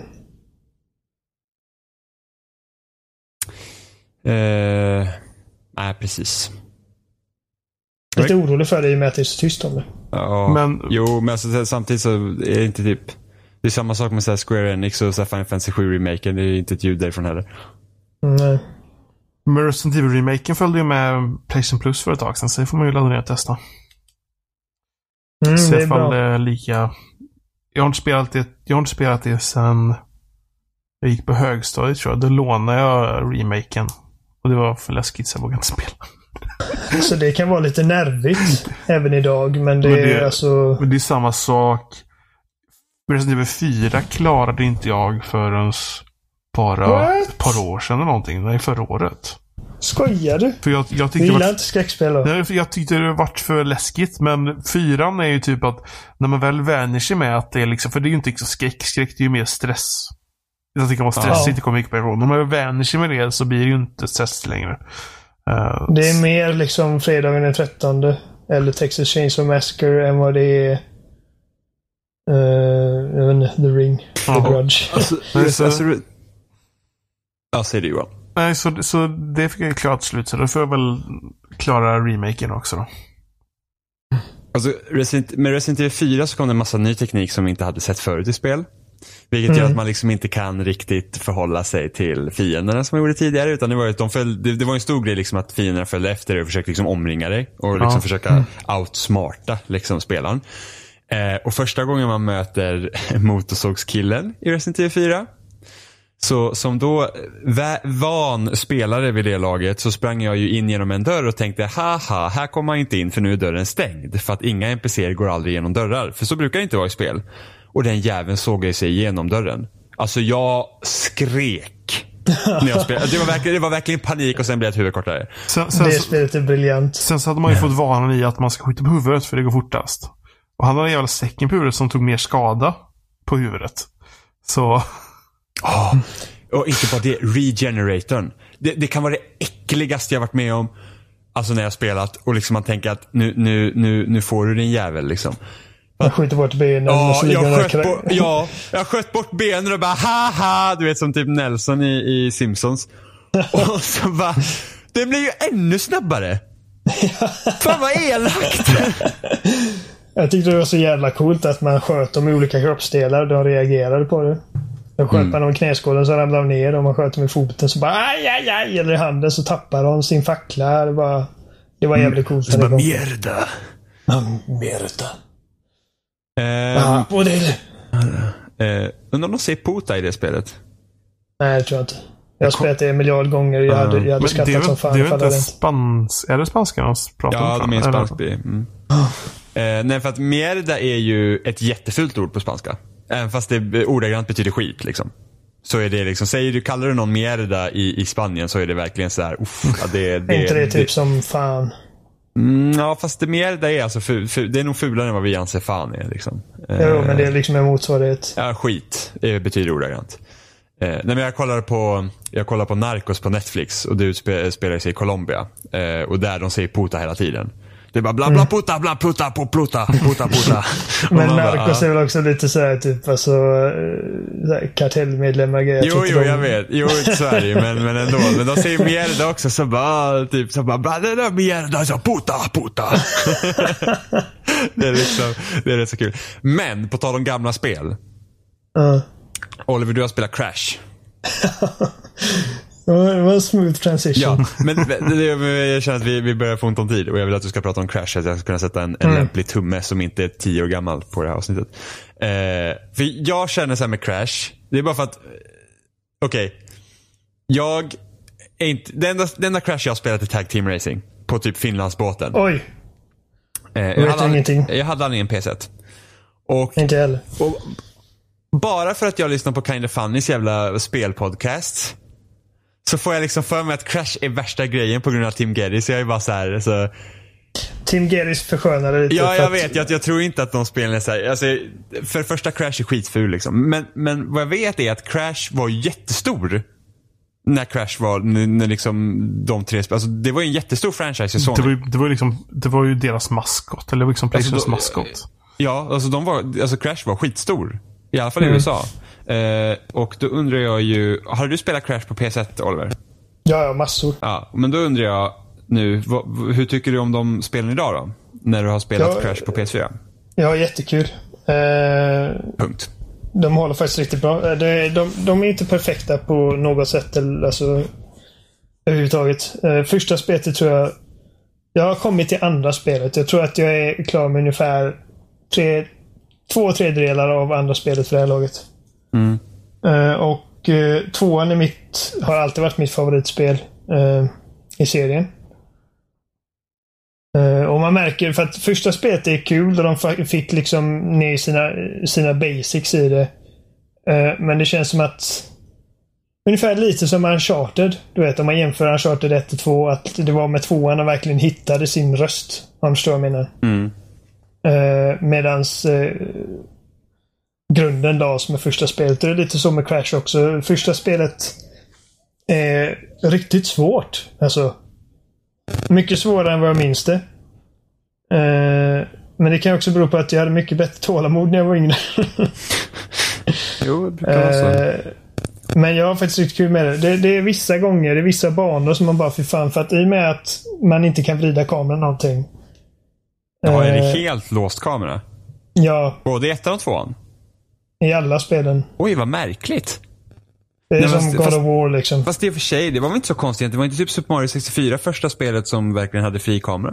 Uh, nej, precis. Lite orolig för det i och med att det är så tyst om det. Ja, men, jo, men alltså, samtidigt så är det inte typ det är samma sak med så här Square Enix och så här Final Fantasy sju-remaken. Det är inte ett ljud därifrån heller. Nej. Men Resident Evil-remaken följde ju med PlayStation Plus för ett tag sedan, så det får man ju ladda ner och testa. Mm, se det är ifall bra. det är lika... Jag har inte spelat det, jag har inte spelat det sedan jag gick på högstadiet, tror jag. Då lånade jag remaken. Och det var för läskigt så jag vågade inte spela. Så det kan vara lite nervigt även idag, men det, men det är alltså... Men det är samma sak. Resident Evil fyra klarade inte jag förrän bara What? ett par år sedan eller någonting. Nej, förra året. Skojar du? För jag, jag Du tyckte gillar var... inte skräckspel då? Nej, för jag tyckte det varit för läskigt. Men fyran är ju typ att när man väl vänjer sig med att det är liksom, för det är ju inte liksom skräck. Skräck, det är ju mer stress. Jag tycker att man stress Ja. inte kommer mycket på ifrån. När man vänjer sig med det så blir det ju inte stress längre. Uh, Det är mer liksom fredagen den trettonde eller Texas Chainsaw Massacre än vad det är uh, jag vet inte, The Ring, The Ja. Grudge. Alltså, Nej, alltså, så- ja, säger du Johan. Nej, så, så det fick jag klart slut. Så då får jag väl klara remaken också då. Alltså, Resident, med Resident Evil fyra så kom det en massa ny teknik som vi inte hade sett förut i spel. Vilket gör Mm. att man liksom inte kan riktigt förhålla sig till fienderna som man gjorde tidigare. Utan det var ju, att de följde, det, det var en stor grej liksom att fienderna följde efter dig och försökte liksom omringa dig. Och liksom Ja. försöka outsmarta liksom spelaren. Eh, och första gången man möter motorsågskillen i Resident Evil fyra. Så som då vä- van spelare vid det laget så sprang jag ju in genom en dörr och tänkte haha, här kommer man inte in för nu är dörren stängd. För att inga N P C:er går aldrig genom dörrar. För så brukar det inte vara i spel. Och den jäveln såg jag sig igenom dörren. Alltså jag skrek när jag spelade. Det var verkligen, det var verkligen panik och sen blev ett huvud kortare. Sen, sen, Det så, spelet är briljant. sen så hade man ju fått vanan i att man ska skjuta på huvudet för det går fortast. Och han hade en jävla säcken på huvudet som tog mer skada på huvudet. Så... Oh. Och inte bara det, regeneratorn. Det, det kan vara det äckligaste jag varit med om. Alltså när jag spelat. Och liksom man tänker att nu, nu, nu, nu får du din jävel liksom. Man skjuter bort benen. och Ja, så ligger jag den sköt, där bort, krä- ja, jag sköt bort benen och bara haha. Du vet som typ Nelson i, i Simpsons. Och så bara, det blir ju ännu snabbare. Fan vad elakt. Jag tyckte det var så jävla coolt att man sköt dem i olika kroppsdelar och de reagerade på det. Då sköt Mm. man dem i knäskålen så ramlade de ner, och man sköt dem i foten så bara aj, aj, aj, eller i handen så tappade de sin fackla. Det var, det var jävligt coolt. Så när det bara kom. mierda. Ja, mierda. Eh, Ah, och det... eh, undrar om de säger puta i det spelet. Nej, det tror jag inte. Jag har spelat det en miljard gånger och jag hade, jag hade Men det skrattat är som väl, fan. det är väl ifall inte jag hade- spans... Är det spanska de pratar Ja, om? de är en Eller- spansk by. Mm. Eh, nej, för att mierda är ju ett jättefult ord på spanska. Även fast det ordagrant betyder skit liksom. Så är det liksom, säger du, kallar du någon mierda i, i Spanien så är det verkligen så här, uff, ja, det, det, Är inte det typ som fan? Mm, ja, fast det mierda är alltså ful, ful, det är nog fulare än vad vi anser fan är liksom. Eh, Jo, men det är liksom en motsvarighet. Ja, skit. Det betyder ordagrant. Eh, nej, men jag kollar på jag kollar på Narcos på Netflix och du spe, spelar sig i Colombia. Eh, och där de säger puta hela tiden. Det är bara bla bla puta bla puta på pluta puta puta. Och Men man bara, Narcos ja. är väl också lite så här typ alltså eh, så här kartellmedlemmar grejer. Jo, typ jo, de- jag vet. Jo, så är det ju, men, men ändå. Men de säger mierda också, så bara, typ, så bara, bla, det där mierda, så puta, puta. Det är liksom, det är rätt så kul. Men, på tal om gamla spel. Ja. Oliver, du har spelat Crash. Det var en smooth transition. Ja, men det, det, jag känner att vi, vi börjar få ont om tid och jag vill att du ska prata om Crash så att jag ska kunna sätta en, en Mm. lämplig tumme som inte är tio år gammal på det här avsnittet. Eh, för jag känner så här med Crash, det är bara för att, okej, okay, jag är inte, det enda, det enda Crash jag har spelat är Tag Team Racing på typ Finlandsbåten. Oj, Eh, jag, vet hade aldrig, ingenting. jag hade aldrig en P C. Och, inte heller. och bara för att jag lyssnar på Kind of Funnys jävla spelpodcast så får jag liksom för mig att Crash är värsta grejen på grund av Tim Geddes. Så jag är bara så här, så... Tim Geddes förskönar lite. Ja, jag att... vet. Jag, jag tror inte att de spelen är så här, alltså, för första Crash är skitful liksom. Men, men vad jag vet är att Crash var jättestor. När Crash var, när, när liksom de tre spel, alltså det var ju en jättestor franchise i Sony. Det var ju, det var ju liksom, det var ju deras maskot, eller liksom Playstations alltså, maskot. Ja, alltså de var, alltså Crash var skitstor. I alla fall i mm. U S A. Eh, och då undrar jag ju, har du spelat Crash på P S ett, Oliver? Ja, ja, massor. Ja, men då undrar jag nu, vad, hur tycker du om de spelen idag då? När du har spelat ja, Crash på P S fyra? Ja, jättekul. Eh, Punkt. De håller faktiskt riktigt bra. De, de, de är inte perfekta på något sätt, eller, alltså, överhuvudtaget. Eh, första spelet tror jag... Jag har kommit till andra spelet. Jag tror att jag är klar med ungefär tre, två tredjedelar av andra spelet för det här laget. Mm. Eh, och eh, tvåan är mitt, har alltid varit mitt favoritspel eh, i serien. Uh, och man märker, för att första spelet är kul och de fick liksom ner sina, sina basics i det. Uh, men det känns som att ungefär lite som Uncharted. Du vet, om man jämför Uncharted ett och två, att det var med tvåan de verkligen hittade sin röst. Om du förstår vad jag menar. Mm. Uh, medans uh, grunden då som är första spelet. Det är lite så med Crash också. Första spelet är riktigt svårt. Alltså mycket svårare än vad jag minns det. Uh, men det kan också bero på att jag hade mycket bättre tålamod när jag var yngre. Jo, det brukar vara så. Uh, men jag har faktiskt riktigt kul med det. det. Det är vissa gånger, det är vissa banor som man bara får fan för att i och med att man inte kan vrida kameran någonting. Ja, är det uh, helt låst kamera? Ja. Både i ettan och tvåan? I alla spelen. Oj, vad märkligt. Det är Nej, som fast, God fast, of War liksom. Fast det är för sig, det var väl inte så konstigt. Det var inte typ Super Mario sextiofyra första spelet som verkligen hade fri kamera?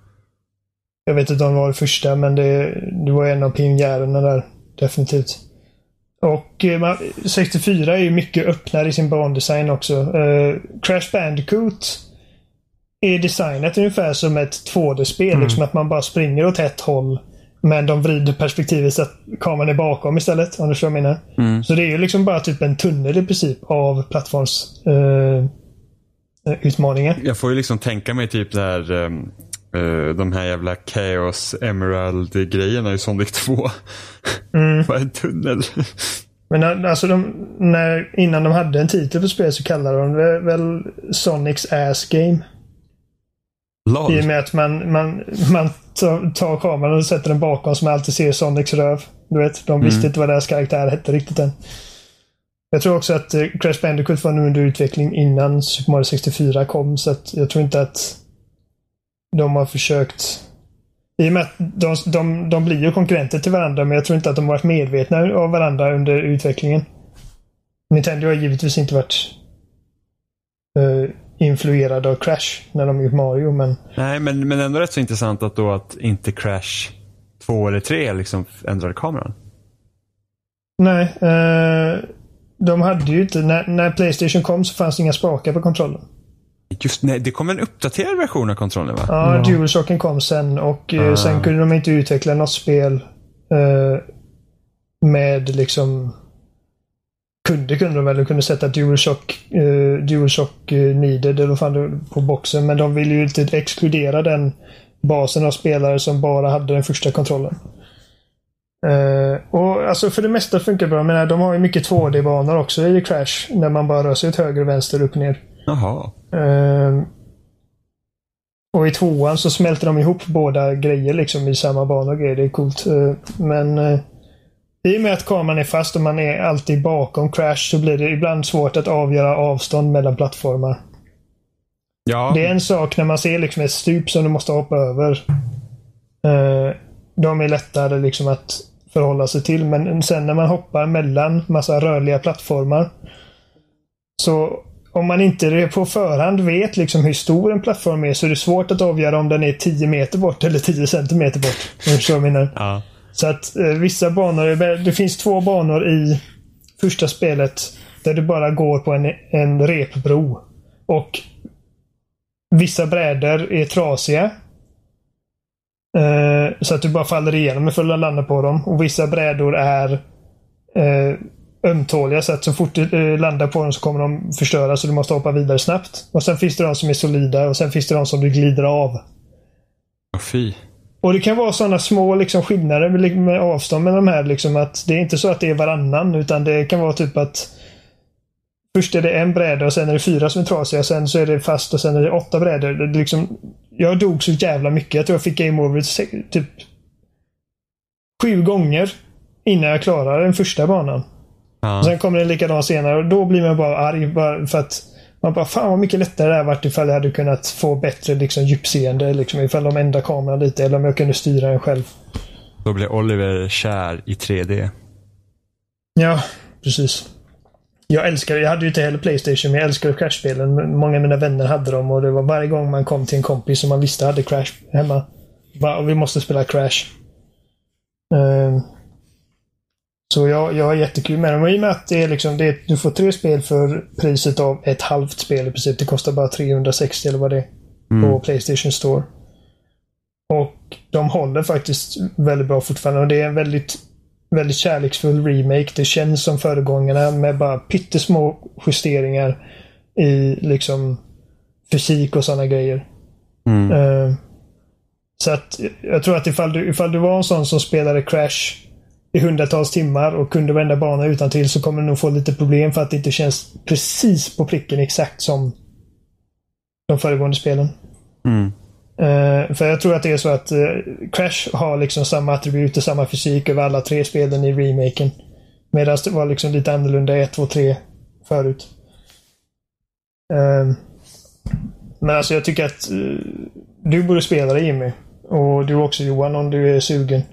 Jag vet inte om det var det första, men det, det var en av pionjärerna där. Definitivt. Och eh, sextiofyra är ju mycket öppnare i sin bandesign också. Uh, Crash Bandicoot är designat ungefär som ett två D-spel. Mm. Liksom att man bara springer åt ett håll. Men de vrider perspektivet så att kameran är bakom istället. Om du förstår vad jag menar. Mm. Så det är ju liksom bara typ en tunnel i princip av plattforms uh, utmaningar. Jag får ju liksom tänka mig typ där um, uh, de här jävla Chaos Emerald-grejerna i Sonic två. Mm. Vad är en tunnel? Men alltså de, när, innan de hade en titel på spelet så kallade de det väl Sonics Ass Game. Lol. I och med att man, man, man tar, tar kameran och sätter den bakom så man alltid ser Sonics röv. Du vet, de visste mm. inte vad deras karaktär hette riktigt än. Jag tror också att uh, Crash Bandicoot var nu under utveckling innan Super Mario sextiofyra kom, så att jag tror inte att de har försökt. I och med att de, de, de blir ju konkurrenter till varandra, men jag tror inte att de har varit medvetna av varandra under utvecklingen. Nintendo har givetvis inte varit uh, influerade av Crash när de gjort Mario, men... Nej, men, men ändå rätt så intressant att då att inte Crash två eller tre liksom ändrade kameran. Nej, uh, de hade ju inte... När, när PlayStation kom så fanns det inga spakar på kontrollen. Just nej, det kom en uppdaterad version av kontrollen, va? Ja, ja. DualShocken kom sen och uh. sen kunde de inte utveckla något spel uh, med liksom... Kunde kunde de väl kunde sätta DualShock uh, DualShock uh, needed eller vad fan det på boxen, men de ville ju inte exkludera den basen av spelare som bara hade den första kontrollen. Uh, och alltså för det mesta funkar bra, men de har ju mycket två D-banor också i Crash när man bara rör sig åt höger, vänster, upp och ner. Jaha. Uh, och i tvåan så smälter de ihop båda grejer liksom i samma bana och grejer. Det är coolt. Uh, men uh, i och med att kameran är fast och man är alltid bakom Crash så blir det ibland svårt att avgöra avstånd mellan plattformar. Ja. Det är en sak när man ser liksom ett stup som du måste hoppa över. Uh, de är lättare liksom att förhålla sig till, men sen när man hoppar mellan massa rörliga plattformar, så om man inte på förhand vet liksom hur stor en plattform är, så är det svårt att avgöra om den är tio meter bort eller tio centimeter bort. Så, jag menar. Ja. Så att eh, vissa banor, det finns två banor i första spelet där du bara går på en, en repbro, och vissa brädor är trasiga. Uh, så att du bara faller igenom för att landa på dem. Och vissa brädor är uh, ömtåliga, så att så fort du landar på dem så kommer de förstöra, så du måste hoppa vidare snabbt. Och sen finns det de som är solida, och sen finns det de som du glider av. Oh, fy. Och det kan vara sådana små liksom, skillnader med, med avstånd med de här. Liksom, att det är inte så att det är varannan, utan det kan vara typ att först är det en bräda och sen är det fyra som är trasiga, sen så är det fast och sen är det åtta brädor. Det, liksom, jag dog så jävla mycket. Jag tror jag fick game over typ sju gånger innan jag klarade den första banan. Ja. Sen kommer det likadan senare och då blir man bara arg bara för att man bara, fan vad mycket lättare det hade varit ifall jag hade kunnat få bättre liksom, djupseende, liksom, ifall de ändrar kameran lite eller om jag kunde styra den själv. Då blir Oliver kär i tre D. Ja, precis. Jag älskar, jag hade ju inte heller PlayStation, men jag älskar Crash-spelen. Många av mina vänner hade dem och det var varje gång man kom till en kompis som man visste hade Crash hemma. Bara, och vi måste spela Crash. Uh, så jag, jag har jättekul med dem. Och i och med att det är liksom, det är, du får tre spel för priset av ett halvt spel i princip. Det kostar bara trehundrasextio eller vad det är mm. på PlayStation Store. Och de håller faktiskt väldigt bra fortfarande. Och det är en väldigt väldigt kärleksfull remake. Det känns som föregångarna med bara pyttesmå justeringar i liksom fysik och sådana grejer. Mm. Uh, så att jag tror att ifall du, ifall du var en sån som spelade Crash i hundratals timmar och kunde vända bana utan till, så kommer du nog få lite problem för att det inte känns precis på pricken exakt som de föregående spelen. Mm. Uh, för jag tror att det är så att uh, Crash har liksom samma attribut och samma fysik över alla tre spelen i remaken. Medan det var liksom lite annorlunda ett, två, tre förut. Uh, men alltså jag tycker att uh, du borde spela det, Jimmy. Och du också, Johan, om du är sugen.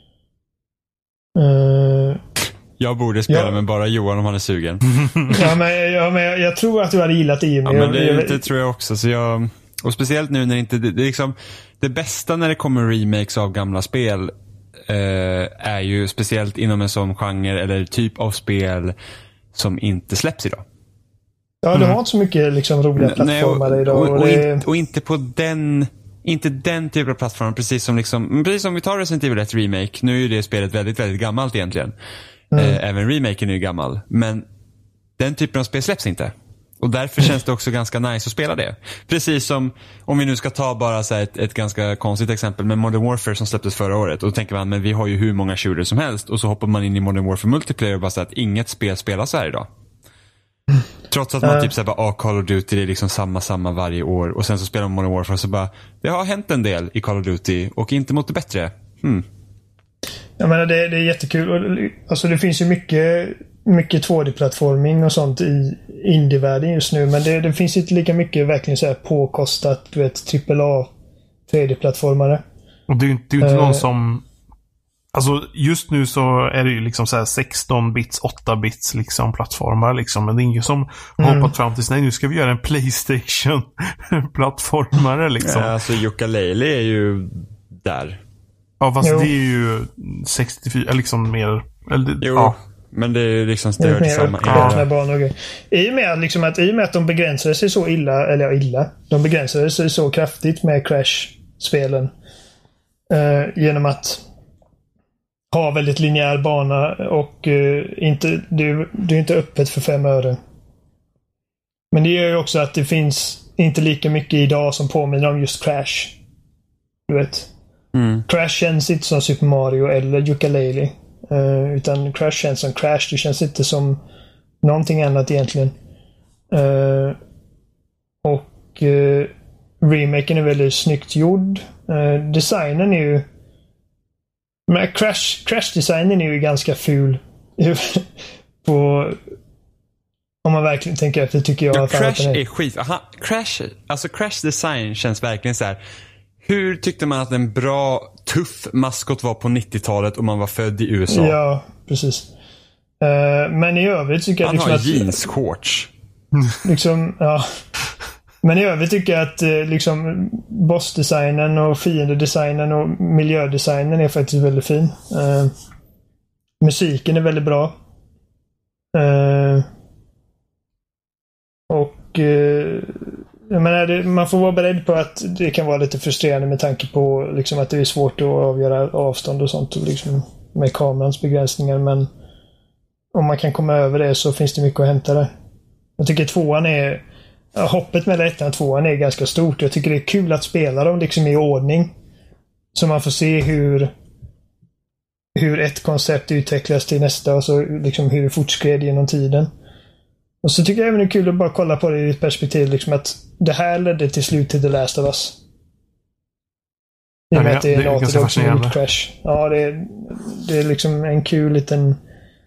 Uh, jag borde spela ja. men bara Johan om han är sugen. ja, men, ja, men jag, jag tror att du hade gillat det, Jimmy. Ja, men det, jag, det tror jag också. Så jag... Och speciellt nu när det inte, det, det är liksom, det bästa när det kommer remakes av gamla spel eh, är ju speciellt inom en sån genre eller typ av spel som inte släpps idag. Ja, det mm. har inte så mycket liksom roliga plattformar Nej, och, idag. Och, och, och, det... in, och inte på den, inte den typen av plattformar, precis som liksom, precis som vi tar Resident Evil ett remake. Nu är ju det spelet väldigt, väldigt gammalt egentligen. Mm. Eh, även remaken är ju gammal. Men den typen av spel släpps inte. Och därför känns det också ganska nice att spela det. Precis som, om vi nu ska ta bara så här ett, ett ganska konstigt exempel med Modern Warfare som släpptes förra året. Och då tänker man, men vi har ju hur många shooters som helst. Och så hoppar man in i Modern Warfare Multiplayer och bara säger att inget spel spelas så här idag. Trots att man uh. typ säger bara, ah, Call of Duty, det är liksom samma, samma varje år. Och sen så spelar man Modern Warfare så bara, det har hänt en del i Call of Duty och inte mot det bättre. Hmm. Jag menar, det, det är jättekul. Alltså det finns ju mycket... mycket två D-plattforming och sånt i indievärlden just nu, men det, det finns inte lika mycket verkligen så här påkostat, du vet, trippel A tre D-plattformare. Och det är ju inte, det är inte uh, någon som, alltså just nu så är det ju liksom så här sexton bits, åtta bits liksom plattformar liksom, men det är ingen som har mm. hoppat fram till nej, nu ska vi göra en PlayStation plattformare liksom. Ja, alltså Yooka-Laylee är ju där. Ja, fast jo. Det är ju sextiofyra liksom mer, eller det, jo. Ja. Men det är liksom stört i samma ja. I och med, liksom att, i och med att de begränsade sig så illa, eller ja, illa, de begränsade sig så kraftigt med Crash-spelen eh, genom att ha väldigt linjär bana och eh, inte, det, det är inte öppet för fem öre. Men det gör ju också att det finns inte lika mycket idag som påminner om just Crash. Du vet. Mm. Crash känns inte som Super Mario eller Yooka-Laylee. Uh, utan Crash känns som Crash. Det känns inte som någonting annat egentligen. Uh, och uh, remaken är väldigt snyggt gjord. Uh, designen är ju men Crash, Crash-designen är ju ganska ful. på om man verkligen tänker efter, tycker jag. Ja, Crash är... är skit. Aha, Crash, alltså Crash design känns verkligen så här. Hur tyckte man att en bra, tuff maskot var på nittiotalet om man var född i U S A? Ja, precis. Uh, men i övrigt tycker jag... Han liksom har att, jeansshorts. Liksom, ja. Men i övrigt tycker jag att uh, liksom bossdesignen och fiendedesignen och miljödesignen är faktiskt väldigt fin. Uh, musiken är väldigt bra. Uh, och... Uh, Jag menar, det, man får vara beredd på att det kan vara lite frustrerande med tanke på liksom, att det är svårt att avgöra avstånd och sånt och liksom, med kamerans begränsningar, men om man kan komma över det så finns det mycket att hämta där. Jag tycker tvåan är ja, hoppet mellan ettan och tvåan är ganska stort. Jag tycker det är kul att spela dem liksom i ordning. Så man får se hur hur ett koncept utvecklas till nästa och så liksom hur det fortskred genom tiden. Och så tycker jag även det är kul att bara kolla på det i ett perspektiv liksom att det här ledde till slut till The Last of Us. I och med ja, att det är en ganska fascinerande. Crash. Ja, det är, det är liksom en kul liten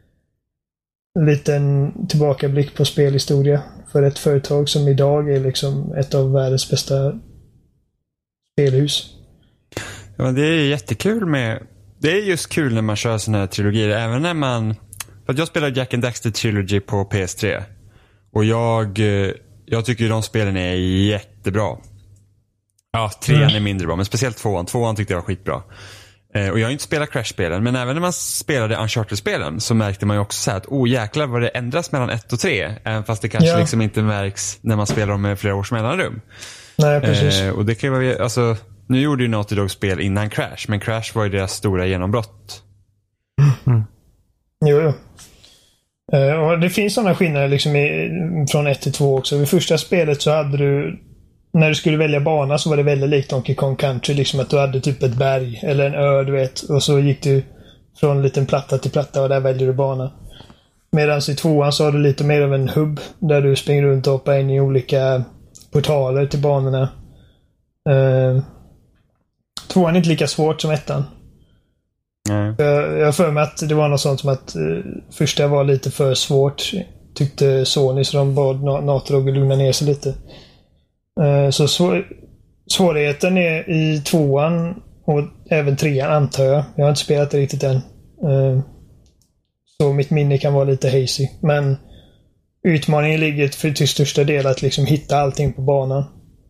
liten tillbakablick på spelhistoria för ett företag som idag är liksom ett av världens bästa spelhus. Ja, men det är jättekul med det är just kul när man kör såna här trilogier även när man för att jag spelade Jack and Daxter Trilogy på P S tre och jag jag tycker ju de spelen är jättebra. Ja, trean mm. är mindre bra, men speciellt tvåan. Tvåan tyckte jag var skitbra. Eh, och jag har inte spelat Crash-spelen, men även när man spelade Uncharted-spelen så märkte man ju också så här att oh jäklar vad det ändras mellan ett och tre. Även fast det kanske ja. liksom inte märks när man spelar dem med flera års mellanrum. Nej, precis. Eh, och det kan ju vara, alltså, nu gjorde ju Naughty Dog spel innan Crash, men Crash var ju deras stora genombrott. Mm. Jo, jo. Uh, och det finns sådana skillnader liksom i, från ett till två också. I första spelet så hade du när du skulle välja bana så var det väldigt likt Donkey Kong Country. Liksom att du hade typ ett berg eller en ö, du vet. Och så gick du från en liten platta till platta och där väljer du bana. Medan i tvåan så har du lite mer av en hubb där du springer runt och hoppar in i olika portaler till banorna. Uh, tvåan är inte lika svårt som ettan. Mm. Jag, jag har för mig att det var något sånt som att uh, första var lite för svårt tyckte Sony, så de bad Naughty Dog att lugna ner sig lite. Uh, så svår, svårigheten är i tvåan och även trean antar jag. Jag har inte spelat det riktigt än. Uh, så mitt minne kan vara lite hazy. Men utmaningen ligger för till största del att liksom hitta allting på banan.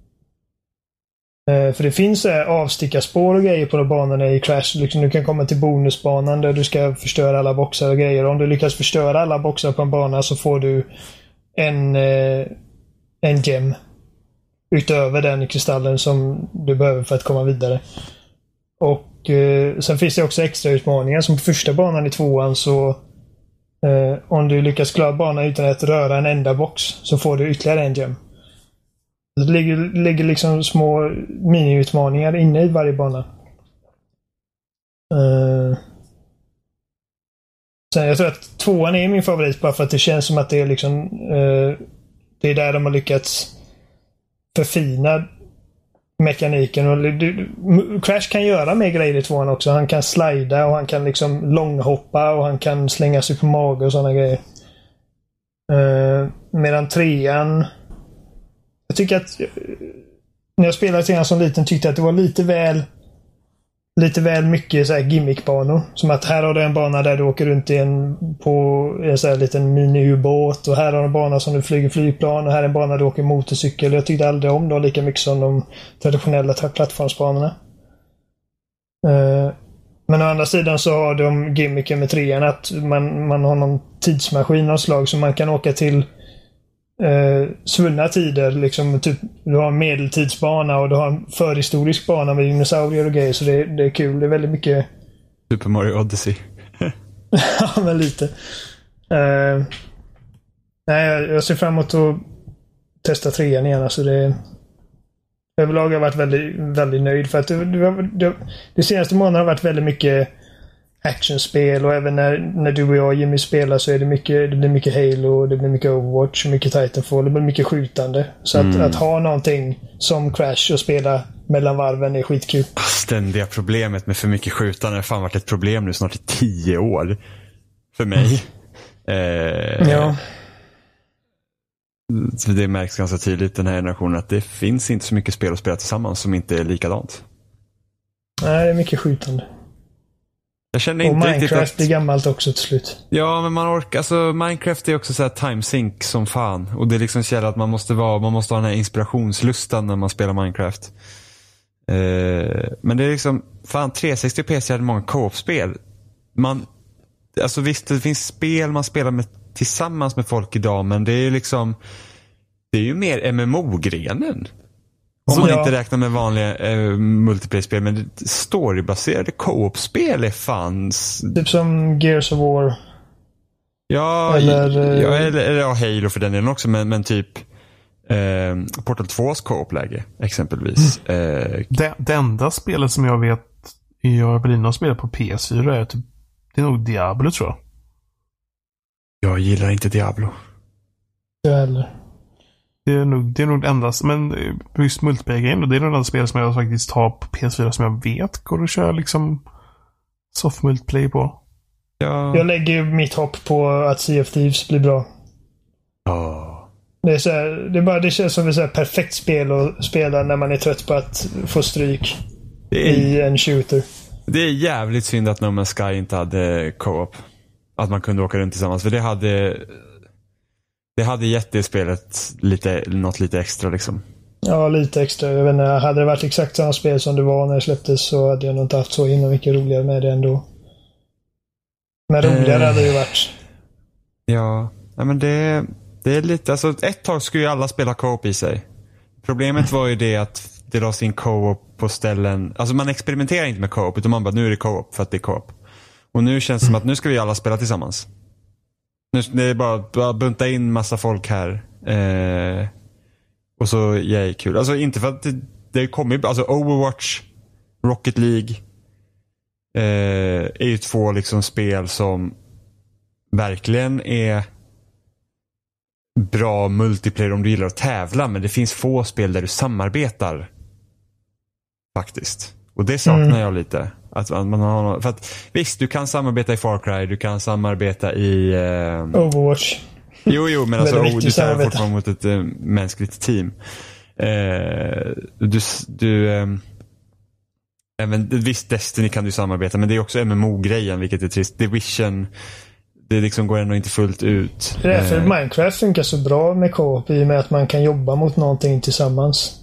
Uh, för det finns uh, avstickarspår och grejer på de banorna i Crash. Liksom, du kan komma till bonusbanan där du ska förstöra alla boxar och grejer. Om du lyckas förstöra alla boxar på en bana så får du en, uh, en gem utöver den kristallen som du behöver för att komma vidare. Och uh, sen finns det också extra utmaningar som på första banan i tvåan så uh, om du lyckas klara banan utan att röra en enda box så får du ytterligare en gem. Det ligger, ligger liksom små mini-utmaningar inne i varje bana. Uh, sen jag tror att tvåan är min favorit bara för att det känns som att det är liksom uh, det är där de har lyckats förfina mekaniken. Och du, Crash kan göra mer grejer i tvåan också. Han kan slida och han kan liksom långhoppa och han kan slänga sig på mage och sådana grejer. Uh, medan trean jag tycker att när jag spelade trean som liten tyckte jag att det var lite väl lite väl mycket så här gimmickbanor. Som att här har du en bana där du åker runt i en på en så här liten mini-ubåt och här har du en bana som du flyger flygplan och här är en bana där du åker motorcykel. Jag tyckte aldrig om dem lika mycket som de traditionella plattformsbanorna. Uh, men å andra sidan så har de gimmicken med trean att man, man har någon tidsmaskin av slag som man kan åka till Uh, svunna tider liksom, typ, du har en medeltidsbana och du har en förhistorisk bana med dinosaurier och grejer, så det, det är kul, det är väldigt mycket Super Mario Odyssey. ja, men lite uh, nej, jag, jag ser fram emot att testa trean igen, alltså det överlag har jag varit väldigt, väldigt nöjd för att det, det, det, det senaste månaden har varit väldigt mycket actionspel och även när, när du och jag Jimmy spelar så är det mycket, det blir mycket Halo, det blir mycket Overwatch, mycket Titanfall, det blir mycket skjutande. Så mm. att, att ha någonting som Crash och spela mellan varven är skitkul. Ständiga problemet med för mycket skjutande har fan varit ett problem nu snart i tio år för mig. Mm. Eh, ja. Så det märks ganska tydligt den här generationen att det finns inte så mycket spel att spela tillsammans som inte är likadant. Nej, det är mycket skjutande. Jag känner och inte Minecraft att... blir gammalt också till slut. Ja, men man orkar, alltså Minecraft är också så här timesync som fan. Och det är liksom så att man måste vara, man måste ha den här inspirationslustan när man spelar Minecraft. Eh, men det är liksom, fan trehundrasextio P C hade många co-op-spel. Man, alltså visst det finns spel man spelar med, tillsammans med folk idag, men det är liksom, det är ju mer M M O-grenen. Om man ja. inte räknar med vanliga eh, multiplayer-spel, men storybaserade co-op-spel är fans. Typ som Gears of War. Ja, eller, ja, eller, eller ja, Halo för den delen också, men, men typ eh, Portal tvås co-op-läge exempelvis. Mm. Eh, det, det enda spelet som jag vet jag vill innan spela på P S fyra är typ, det är nog Diablo, tror jag. Jag gillar inte Diablo. Jag heller. Det är nog det är nog endast, men just multiplayer-grejen, det är nog det spel som jag faktiskt har på P S fyra som jag vet går att köra liksom soft multiplayer på. Ja. Jag lägger mitt hopp på att Sea of Thieves blir bra. Oh. Det är så här, det är bara det känns som ett så här perfekt spel att spela när man är trött på att få stryk är, i en shooter. Det är jävligt synd att No Man's Sky inte hade co-op. Att man kunde åka runt tillsammans, för det hade det hade gett det spelet lite, något lite extra liksom. Ja, lite extra. Jag vet inte, hade det varit exakt samma spel som det var när det släpptes så hade jag nog inte haft så himla mycket roligare med det ändå. Men roligare eh, hade det ju varit. Ja, ja men det, det är lite, alltså ett tag skulle ju alla spela co-op i sig. Problemet var ju det att det lades in co-op på ställen, alltså man experimenterar inte med co-op utan man bara, nu är det co-op för att det är co-op. Och nu känns det som att nu ska vi alla spela tillsammans. Nu det är bara, bara bunta in massa folk här. Eh, och så, yay, kul. Alltså inte för att det, det kommer, alltså Overwatch, Rocket League eh, är ju två liksom spel som verkligen är bra multiplayer om du gillar att tävla, men det finns få spel där du samarbetar faktiskt. Och det saknar mm. jag lite. Att man har, för att visst, du kan samarbeta i Far Cry, du kan samarbeta i eh, Overwatch. Jo, jo, men alltså oh, du tar fortfarande mot ett äh, mänskligt team. Eh, du, du äh, även, visst, Destiny kan du samarbeta, men det är också M M O-grejen, vilket är trist. Division, det liksom går ändå inte fullt ut. Det är därför eh. Minecraft funkar så bra med co-op, i och med att man kan jobba mot någonting tillsammans.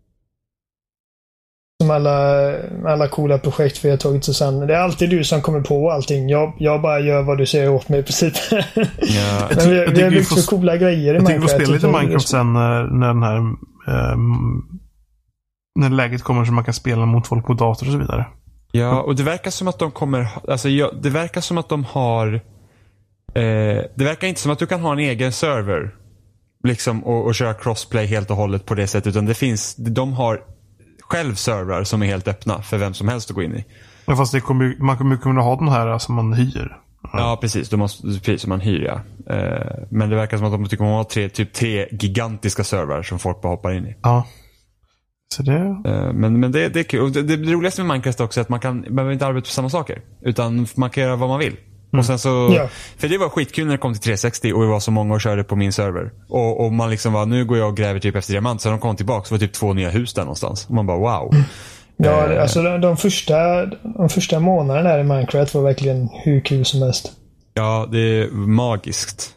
Som alla, alla coola projekt vi har tagit tillsammans. Det är alltid du som kommer på allting. Jag, jag bara gör vad du säger åt mig i princip. Ja. Men vi, vi har byggt så coola grejer i Minecraft. Jag tycker vi får spela lite Minecraft sen när, när den här um, när läget kommer så man kan spela mot folk på dator och så vidare. Ja, och det verkar som att de kommer, alltså ja, det verkar som att de har eh, det verkar inte som att du kan ha en egen server liksom och, och köra crossplay helt och hållet på det sättet, utan det finns, de har själv servrar som är helt öppna för vem som helst att gå in i. Ja, fast det kommer, man kommer kunna ha den här som man hyr. Ja, ja precis. Du måste, precis som man hyr, ja. Uh, men det verkar som att de tycker man har tre, typ tre gigantiska servrar som folk bara hoppar in i. Ja. Så det... Uh, men men det, det är kul. Och det, det roligaste med Minecraft också är att man kan, man behöver inte arbeta på samma saker. Utan man kan göra vad man vill. Mm. Och sen så, ja. För det var skitkul när det kom till tre sextio och vi var så många och körde på min server. Och, och man liksom var, nu går jag och gräver typ efter diamant. Så de kom tillbaka, så var det typ två nya hus där någonstans. Och man bara, wow. Mm. Ja, eh. alltså de, de, första, de första månaderna där i Minecraft var verkligen hur kul som helst. Ja, det är magiskt.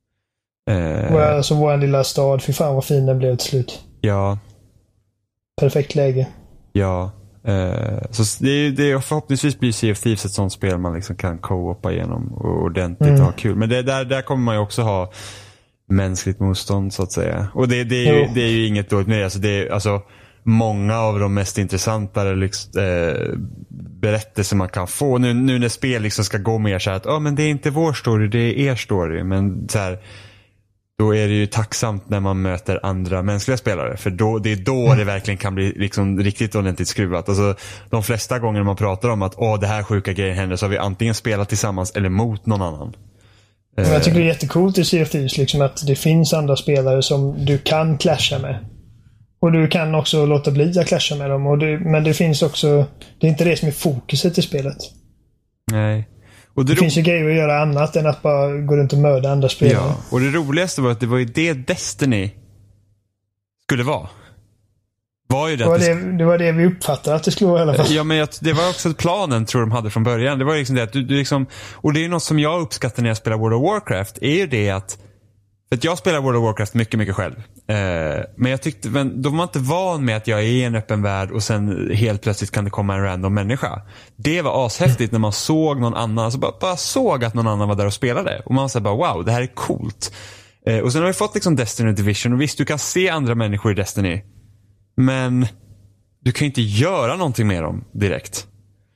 Eh. Alltså vår lilla stad, fy fan vad fin den blev till slut. Ja. Perfekt läge. Ja. Uh, så det, det förhoppningsvis blir Sea of Thieves ett sånt spel man liksom kan co-opa igenom och ordentligt mm. och ha kul. Men det, där, där kommer man ju också ha mänskligt motstånd så att säga. Och det, det, är, ju, det är ju inget dåligt med det. Alltså, det är, alltså, många av de mest intressanta liksom, eh, berättelser man kan få. Nu, nu när spel liksom ska gå mer så här att oh, men det är inte vår story, det är er story. Men så här, då är det ju tacksamt när man möter andra mänskliga spelare. För då, det är då mm. det verkligen kan bli liksom riktigt ordentligt skruvat. Alltså, de flesta gånger man pratar om att åh, det här sjuka grejen händer, så har vi antingen spelat tillsammans eller mot någon annan. Men jag tycker det är jättekult i Sea of Thieves liksom, att det finns andra spelare som du kan clasha med. Och du kan också låta bli att clasha med dem. Och det, men det finns också, det är inte det som är fokuset i spelet. Nej. Och det det ro- finns ju grejer att göra annat än att bara gå runt och mörda andra spelare. Ja, och det roligaste var att det var ju det Destiny skulle vara. Var ju det, det, var det, det var det vi uppfattade att det skulle vara i alla fall. Ja, men jag, det var också planen tror de hade från början. Det var liksom det att du, du liksom, och det är något som jag uppskattar när jag spelar World of Warcraft, är ju det att, för att jag spelar World of Warcraft mycket, mycket själv. Eh, men jag tyckte, men då var man inte van med att jag är i en öppen värld och sen helt plötsligt kan det komma en random människa. Det var ashäftigt när man såg någon annan, alltså bara, bara såg att någon annan var där och spelade. Och man sa bara, wow, det här är coolt. Eh, och sen har vi fått liksom Destiny och Division, och visst, du kan se andra människor i Destiny. Men du kan inte göra någonting med dem direkt.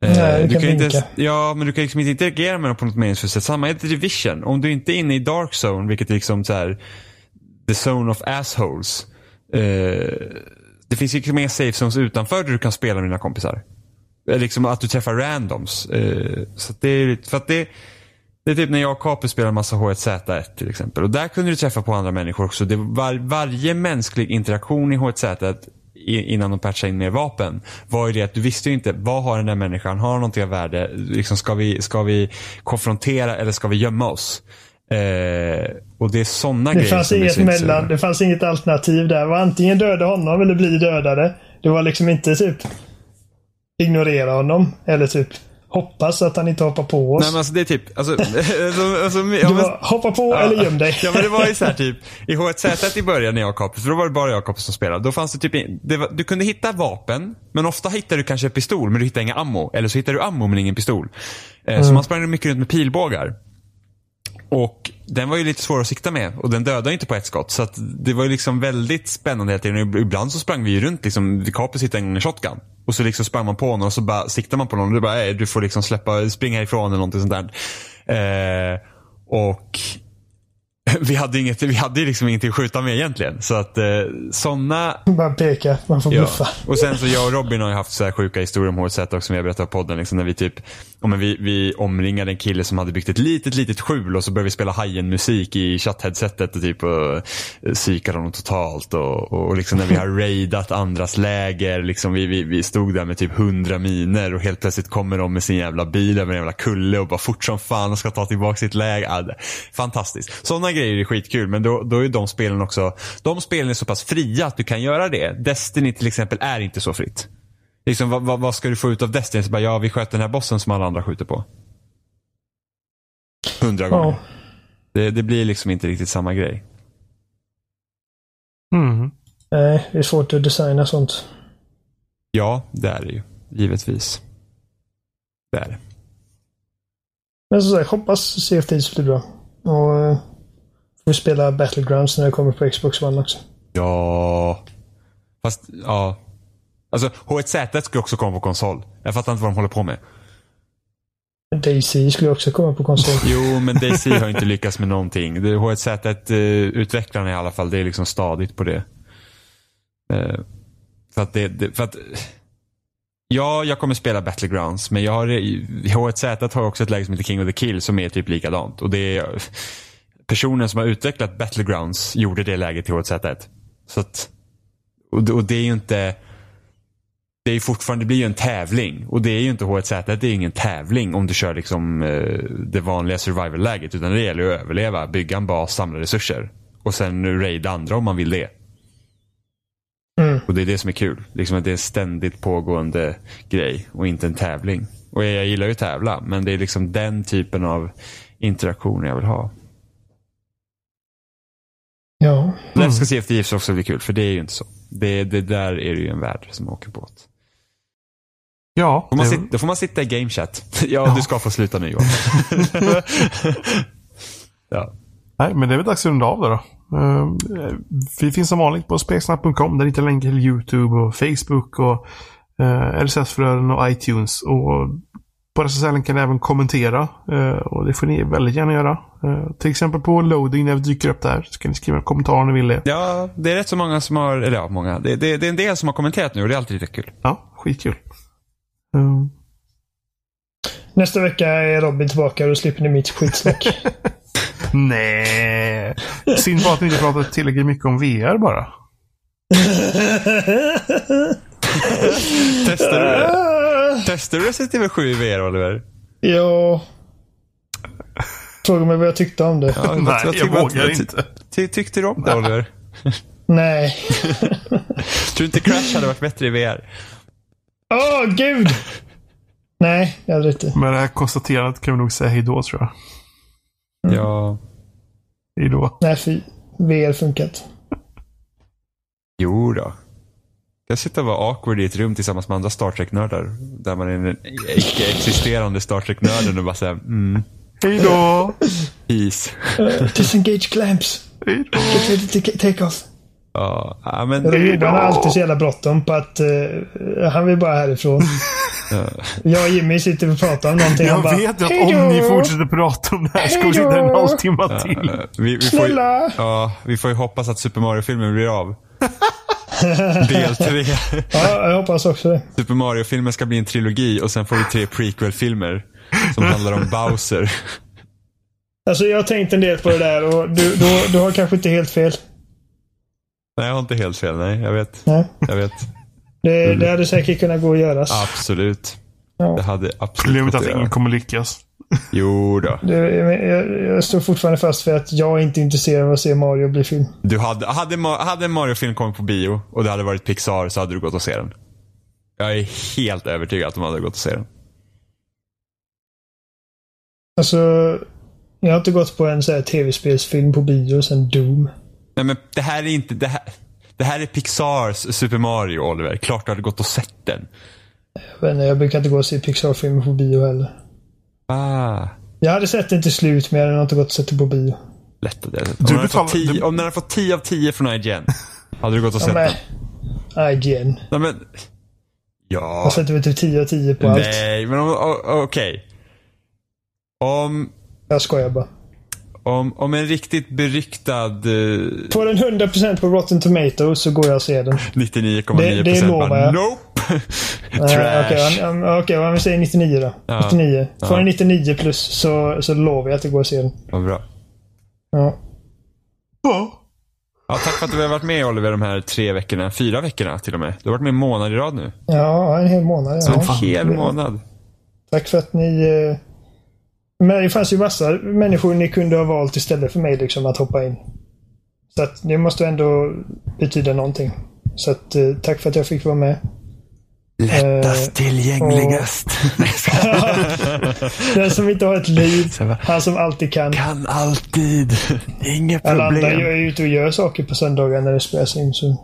Nej, du, du kan, kan vinka. inte, ja, men du kan liksom inte interagera med dem på något meningsfullt sätt. Samma är Division. Om du inte är inne i Dark Zone, vilket är liksom så här the zone of assholes. Eh, det finns ju mer safe zones utanför där du kan spela med dina kompisar. Liksom att du träffar randoms. Eh, så det är för att det Det är typ när jag och Kape spelar en massa H ett Z ett till exempel. Och där kunde du träffa på andra människor också. Det var, varje mänsklig interaktion i H ett Z ett innan de patchade in mer vapen var ju det att du visste ju inte vad har den där människan, har någonting av värde. Liksom ska vi, ska vi konfrontera eller ska vi gömma oss? Eh, och det är sådana det grejer fanns som inget mellan, det fanns inget alternativ där. Det var antingen döda honom eller bli dödade. Det var liksom inte typ ignorera honom eller typ hoppas att han inte hoppar på oss. Nej, men alltså det är typ alltså, alltså, alltså, du ja, men, var, hoppa på ja, eller göm dig. Ja, men det var ju så här typ i H ett Z ett i början när jag och Kappe, för då var det bara jag och Kappe som spelade. Då fanns det typ det var, du kunde hitta vapen, men ofta hittar du kanske pistol men du hittar inga ammo, eller så hittar du ammo men ingen pistol. Eh, mm. Så man sprang mycket runt med pilbågar. Och den var ju lite svår att sikta med och den dödade inte på ett skott, så att det var ju liksom väldigt spännande hela tiden. Ibland så sprang vi ju runt liksom, Kappe sitter en shotgun och så liksom sprang man på någon och så bara siktar man på någon och du bara, äh, du får liksom släppa, springa ifrån eller någonting sånt där. Eh, och vi hade inget, vi hade liksom ingenting att skjuta med egentligen. Så att eh, sådana... Bara peka, man får bluffa. Ja. Och sen så jag och Robin har ju haft så här sjuka historier om H ett Z också som vi har berättat på podden. Liksom, när vi typ, om oh, vi, vi omringade en kille som hade byggt ett litet, litet skjul och så började vi spela Hajen-musik i chatt-headsetet och typ och psykade honom totalt. Och, och liksom när vi har raidat andras läger, liksom vi, vi, vi stod där med typ hundra miner och helt plötsligt kommer de med sin jävla bil över en jävla kulle och bara fort som fan och ska ta tillbaka sitt läger. Ja, fantastiskt. Sådana grejer är skitkul, men då, då är de spelen också, de spelen är så pass fria att du kan göra det. Destiny till exempel är inte så fritt. Liksom, vad, vad, vad ska du få ut av Destiny? Så bara, ja, vi sköter den här bossen som alla andra skjuter på. Hundra gånger. Ja. Det, det blir liksom inte riktigt samma grej. Mm. Nej, det är svårt att designa sånt. Ja, det är det ju. Givetvis. Det är det. Men så jag hoppas Sea of Thieves blir bra. Och vi spelar Battlegrounds när det kommer på Xbox One också. Ja. Fast, ja. Alltså, H ett Z ett skulle också komma på konsol. Jag fattar inte vad de håller på med. DayZ skulle också komma på konsol. Jo, men DayZ har inte lyckats med någonting. Det, H ett Z ett-utvecklarna i alla fall, det är liksom stadigt på det. Uh, för att det, det... För att... Ja, jag kommer spela Battlegrounds, men jag har, H ett Z har också ett läge som heter King of the Kill som är typ likadant. Och det är personen som har utvecklat Battlegrounds gjorde det läget till H ett Z ett. Så att, och, det, och det är ju inte, det är fortfarande, det blir ju en tävling. Och det är ju inte H ett Z ett, det är ingen tävling om du kör liksom eh, det vanliga survival-läget, utan det gäller att överleva, bygga en bas, samla resurser. Och sen raida andra om man vill det. Mm. Och det är det som är kul. Liksom att det är en ständigt pågående grej och inte en tävling. Och jag gillar ju att tävla, men det är liksom den typen av interaktion jag vill ha. Ja. Mm. Jag ska se F T F också bli kul, för det är ju inte så. Det, det där är det ju en värld som åker båt. Ja. Får man det... sitta, då får man sitta i game chat. Ja, ja. Du ska få sluta nu, Johan. Ja. Nej, men det är väl dags att runda av då. Uh, vi finns som vanligt på spelsnack punkt com där hittar länkar till YouTube och Facebook och uh, R S S-flöden och iTunes, och på dessa ställen kan ni även kommentera uh, och det får ni väldigt gärna göra. Uh, till exempel på loading när vi dyker upp där så kan ni skriva en kommentar om ni vill det. Ja, det är rätt så många som har, eller ja, många. Det, det, det är en del som har kommenterat nu och det är alltid lite kul. Ja, skitkul. Uh. Nästa vecka är Robin tillbaka och då slipper ni mitt skitsnack. Nej. Synd bara att vi inte pratar tillräckligt mycket om V R bara. Testar du det? Testar du Resident Evil sju i V R, Oliver? Ja. Fråga mig vad jag tyckte om det. Ja, nej, jag, jag vågar vad, inte. Ty, tyckte du om det, Oliver? Nej. Tror du inte Crash hade varit bättre i V R? Åh, oh, gud! Nej, jag hade inte. Men det här konstaterandet kan vi nog säga hejdå, tror jag. Mm. Ja. Hejdå. Nej, för V R funkat. Jo då. Jag sitter och vara awkward i ett rum tillsammans med andra Star Trek-nördar. Där man är den icke-existerande Star Trek-nörden och bara säger mm. Hejdå. Peace. Uh, disengage clamps. Hejdå. Get ready to take off. Ja, men Ruben har alltid så jävla bråttom på att uh, han vill bara härifrån. Jag och Jimmy sitter och pratar om någonting. Jag bara, vet att om ni fortsätter prata om det här ska vi sitta en halvtimme till. Uh, vi, vi Snälla! Får, ja, vi får ju hoppas att Super Mario-filmen blir av. Del tre. Ja, jag hoppas också det. Super Mario-filmen ska bli en trilogi och sen får vi tre prequel-filmer som handlar om Bowser. Alltså jag har tänkt en del på det där och du, du, du har kanske inte helt fel. Nej, jag har inte helt fel. Nej, jag vet. Nej. Jag vet. Det, det hade säkert kunnat gå att göras. Absolut. Ja. Det hade absolut Problemet att göra. ingen kommer lyckas. Jo då. Det, jag, jag står fortfarande fast för att jag är inte intresserad av att se Mario bli film. Du hade, hade, hade en Mario-film kommit på bio och det hade varit Pixar så hade du gått och se den. Jag är helt övertygad att de hade gått och se den. Alltså, jag har inte gått på en så här tv-spelsfilm på bio sen Doom. Nej, men det här är inte det här, det här är Pixars Super Mario, Oliver. Klart du hade gått och sett den. Jag, vet inte, jag brukar inte gå och se Pixar-filmer på bio heller. Ah. Jag hade sett den till slut, men jag hade inte gått och sett den på bio. Lätt att det. Om, Du den hade betalar- fått tio, du- om den hade fått tio av tio från I G N hade du gått och Ja, sett men, den. I G N. Nej, men ja. Jag sätter väl typ tio av tio på allt. Nej, men om- o- okej. Om Jag skojar bara. om om en riktigt beryktad eh, Får den hundra procent på Rotten Tomatoes så går jag och ser den. nittionio komma nio Det- det procent lovar bara, jag. nope. Eh, Trash. Okej, okay, um, okay, om vi säger nittionio då. Ja. nittionio. Får Ja. den nittionio plus så, så lovar jag att det går att se den. Vad bra. Ja. Ja. Ja, tack för att du har varit med, Oliver, de här tre veckorna. Fyra veckorna till och med. Du har varit med en månad i rad nu. Ja, en hel månad. Så Ja. en hel månad. Tack för att ni... eh, Men det fanns ju massa människor ni kunde ha valt istället för mig liksom att hoppa in. Så att det måste ändå betyda någonting. Så att eh, tack för att jag fick vara med. Lättast Eh, tillgängligast. Den som inte har ett liv. Så va- Han som alltid kan. Kan alltid. Inget Alla andra problem. är ju ute och gör saker på söndagar när det spelas in. Så.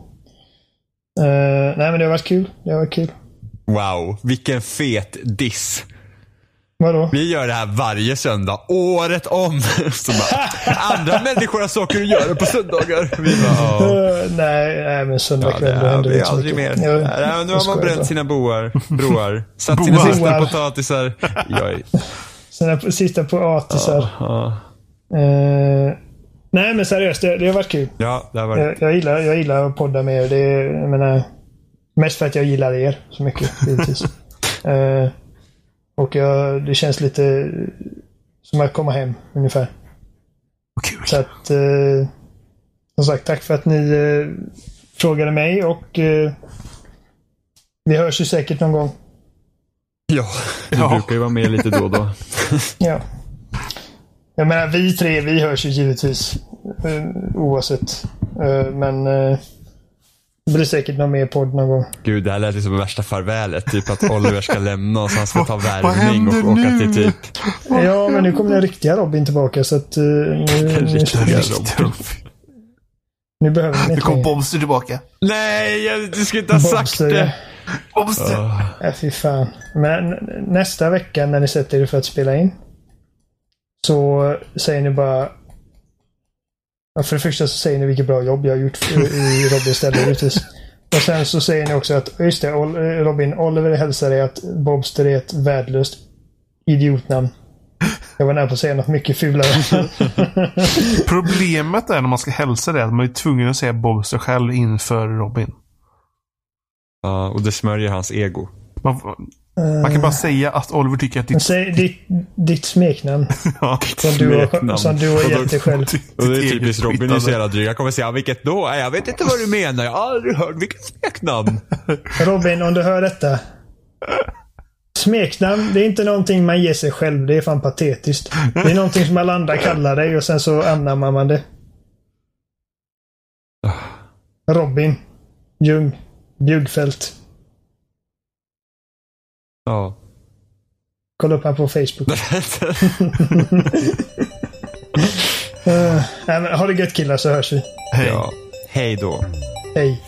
Eh, nej men det har varit kul. Det har varit kul. Wow, vilken fet diss. Vadå? Vi gör det här varje söndag, året om. Så bara, andra människor har saker att göra på söndagar. Vi bara, ja. Eh, nej, nej men söndag Ja, kväll det här händer blir inte så aldrig mer. mycket. Jag- Nej, nu jag har man skojar bränt bara. sina boar, broar. Satt sina Boar. sista Boar. potatisar. Jag är, Sina sista potatisar. ja, Eh, nej men seriöst, det, det har varit kul. ja, det har varit. Jag, jag, gillar, jag gillar att podda med er. Det är, jag menar, mest för att jag gillar er så mycket, givetvis. eh, och jag, det känns lite som att komma hem, ungefär. Kul. Så att, eh, som sagt, tack för att ni eh, frågade mig och eh, vi hörs ju säkert någon gång. Ja, du Ja. brukar ju vara med lite då och då. Ja. Jag menar, vi tre, vi hörs ju givetvis eh, oavsett. Eh, men eh, det blir säkert någon mer podd någon gång. Gud, det här lät ju som värsta farvälet. Typ att Oliver ska lämna oss, han ska ta Vad värvning och händer åka nu? till typ Ja, men nu kommer den riktiga Robin tillbaka så att eh, nu, nu, riktiga Robin. nu behöver ni Nu inte kom mer. Bobster tillbaka. Nej, jag, du skulle inte ha sagt Bobster, det. Bobster. Oh. ja, fy fan. Men nästa vecka när ni sätter er för att spela in så säger ni bara ja, för det första så säger ni vilket bra jobb jag har gjort i Robins ställe givetvis. Och sen så säger ni också att just det, Robin, Oliver hälsar dig att Bobster är ett värdelöst idiotnamn. Jag var nära på att säga något mycket fulare. Problemet är när man ska hälsa det att man är tvungen att säga Bobster själv inför Robin. Ja, och det smörjer hans ego. Man, man kan bara säga att Oliver tycker att Men ditt... säg ditt, ditt smeknamn Ja, som du har, smeknamn. som du har Och då- gett dig själv. Och det är ditt typiskt eget Robin är så skittande. jävla dryg. Jag kommer säga, ja, vilket då? Nej, jag vet inte vad du menar. Jag har aldrig hört vilket smeknamn. Robin, om du hör detta. Smeknamn, det är inte någonting man ger sig själv. Det är fan patetiskt. Det är någonting som alla andra kallar dig och sen så anammar man det. Robin. Ljung. Bjugfält. Ja. Kolla upp här på Facebook. uh, nej, men, ha det gött killar så hörs vi. Hej. Ja. Hej då. Hej.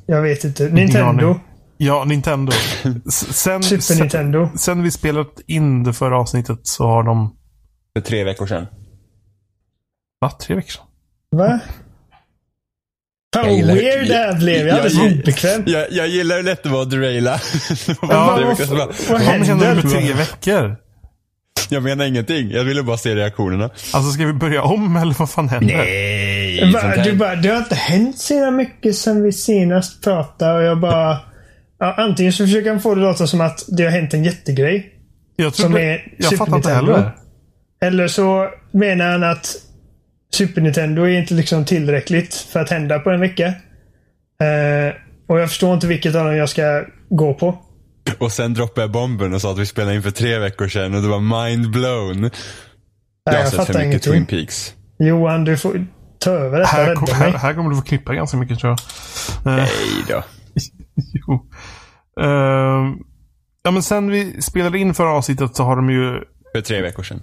Jag vet inte. Nintendo. Ja, Nintendo. Sen, Super Nintendo. Sen, sen vi spelat in det förra avsnittet så har de... För tre veckor sedan. Va? Tre veckor sedan? Va? Fan vad weird det här blev. Jag hade så obekvämt. Jag, jag gillar hur lätt det var att deraila. Ja, vad, vad, vad händer med tre veckor? Jag menar ingenting. Jag ville bara se reaktionerna. Alltså ska vi börja om eller vad fan händer? Nej. Va, du bara, det har inte hänt så mycket sen vi senast pratade och jag bara... Ja, antingen så försöker han få det låta som att det har hänt en jättegrej. Jag, tror som det, är jag Super fattar inte Nintendo. heller. Eller så menar han att Super Nintendo är inte liksom tillräckligt för att hända på en vecka. Uh, och jag förstår inte vilket av dem jag ska gå på. Och sen droppade jag bomben och sa att vi spelade in för tre veckor sedan och det var mind blown. Nej, jag har jag sett för mycket ingenting. Twin Peaks. Johan, du får ta över detta. Här, Rädda kom, mig. här, här kommer du få klippa ganska mycket tror jag. Uh, Nej då. jo. Uh, ja men sen vi spelade in förra avsnittet så har de ju... För tre veckor sedan.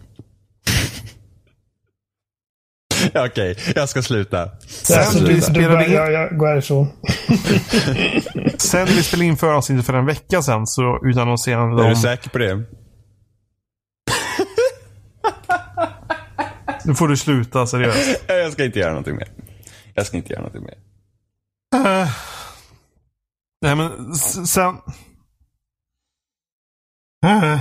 Ja, okej, okay, jag ska sluta. Sen alltså, vi du, spelade du, in... jag, jag går härifrån. Sen vi spelade in förra avsnittet för en vecka sedan så utannonserade de... Är du säker på det? Nu får du sluta seriöst. Jag ska inte göra någonting mer. Jag ska inte göra någonting mer. Uh, nej men s- sen... Uh,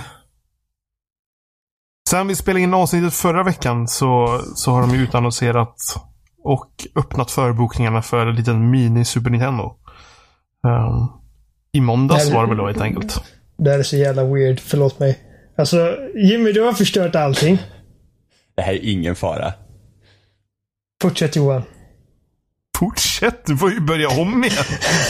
sen vi spelade in avsnittet förra veckan så, så har de ju utannonserat och öppnat förbokningarna för en liten mini Super Nintendo. Um, I måndags Nej, var det väl då helt enkelt. Det här är så jävla weird, förlåt mig. Alltså, Jimmy, du har förstört allting. Det här är ingen fara. Fortsätt Johan. Fortsätt, du får ju börja om igen.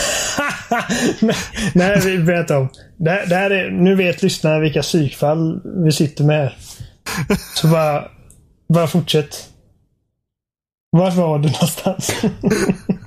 Nej, vi berättar om. Det här, det här är, nu vet lyssnarna vilka psykfall vi sitter med här. Så bara, bara fortsätt. Var var du någonstans?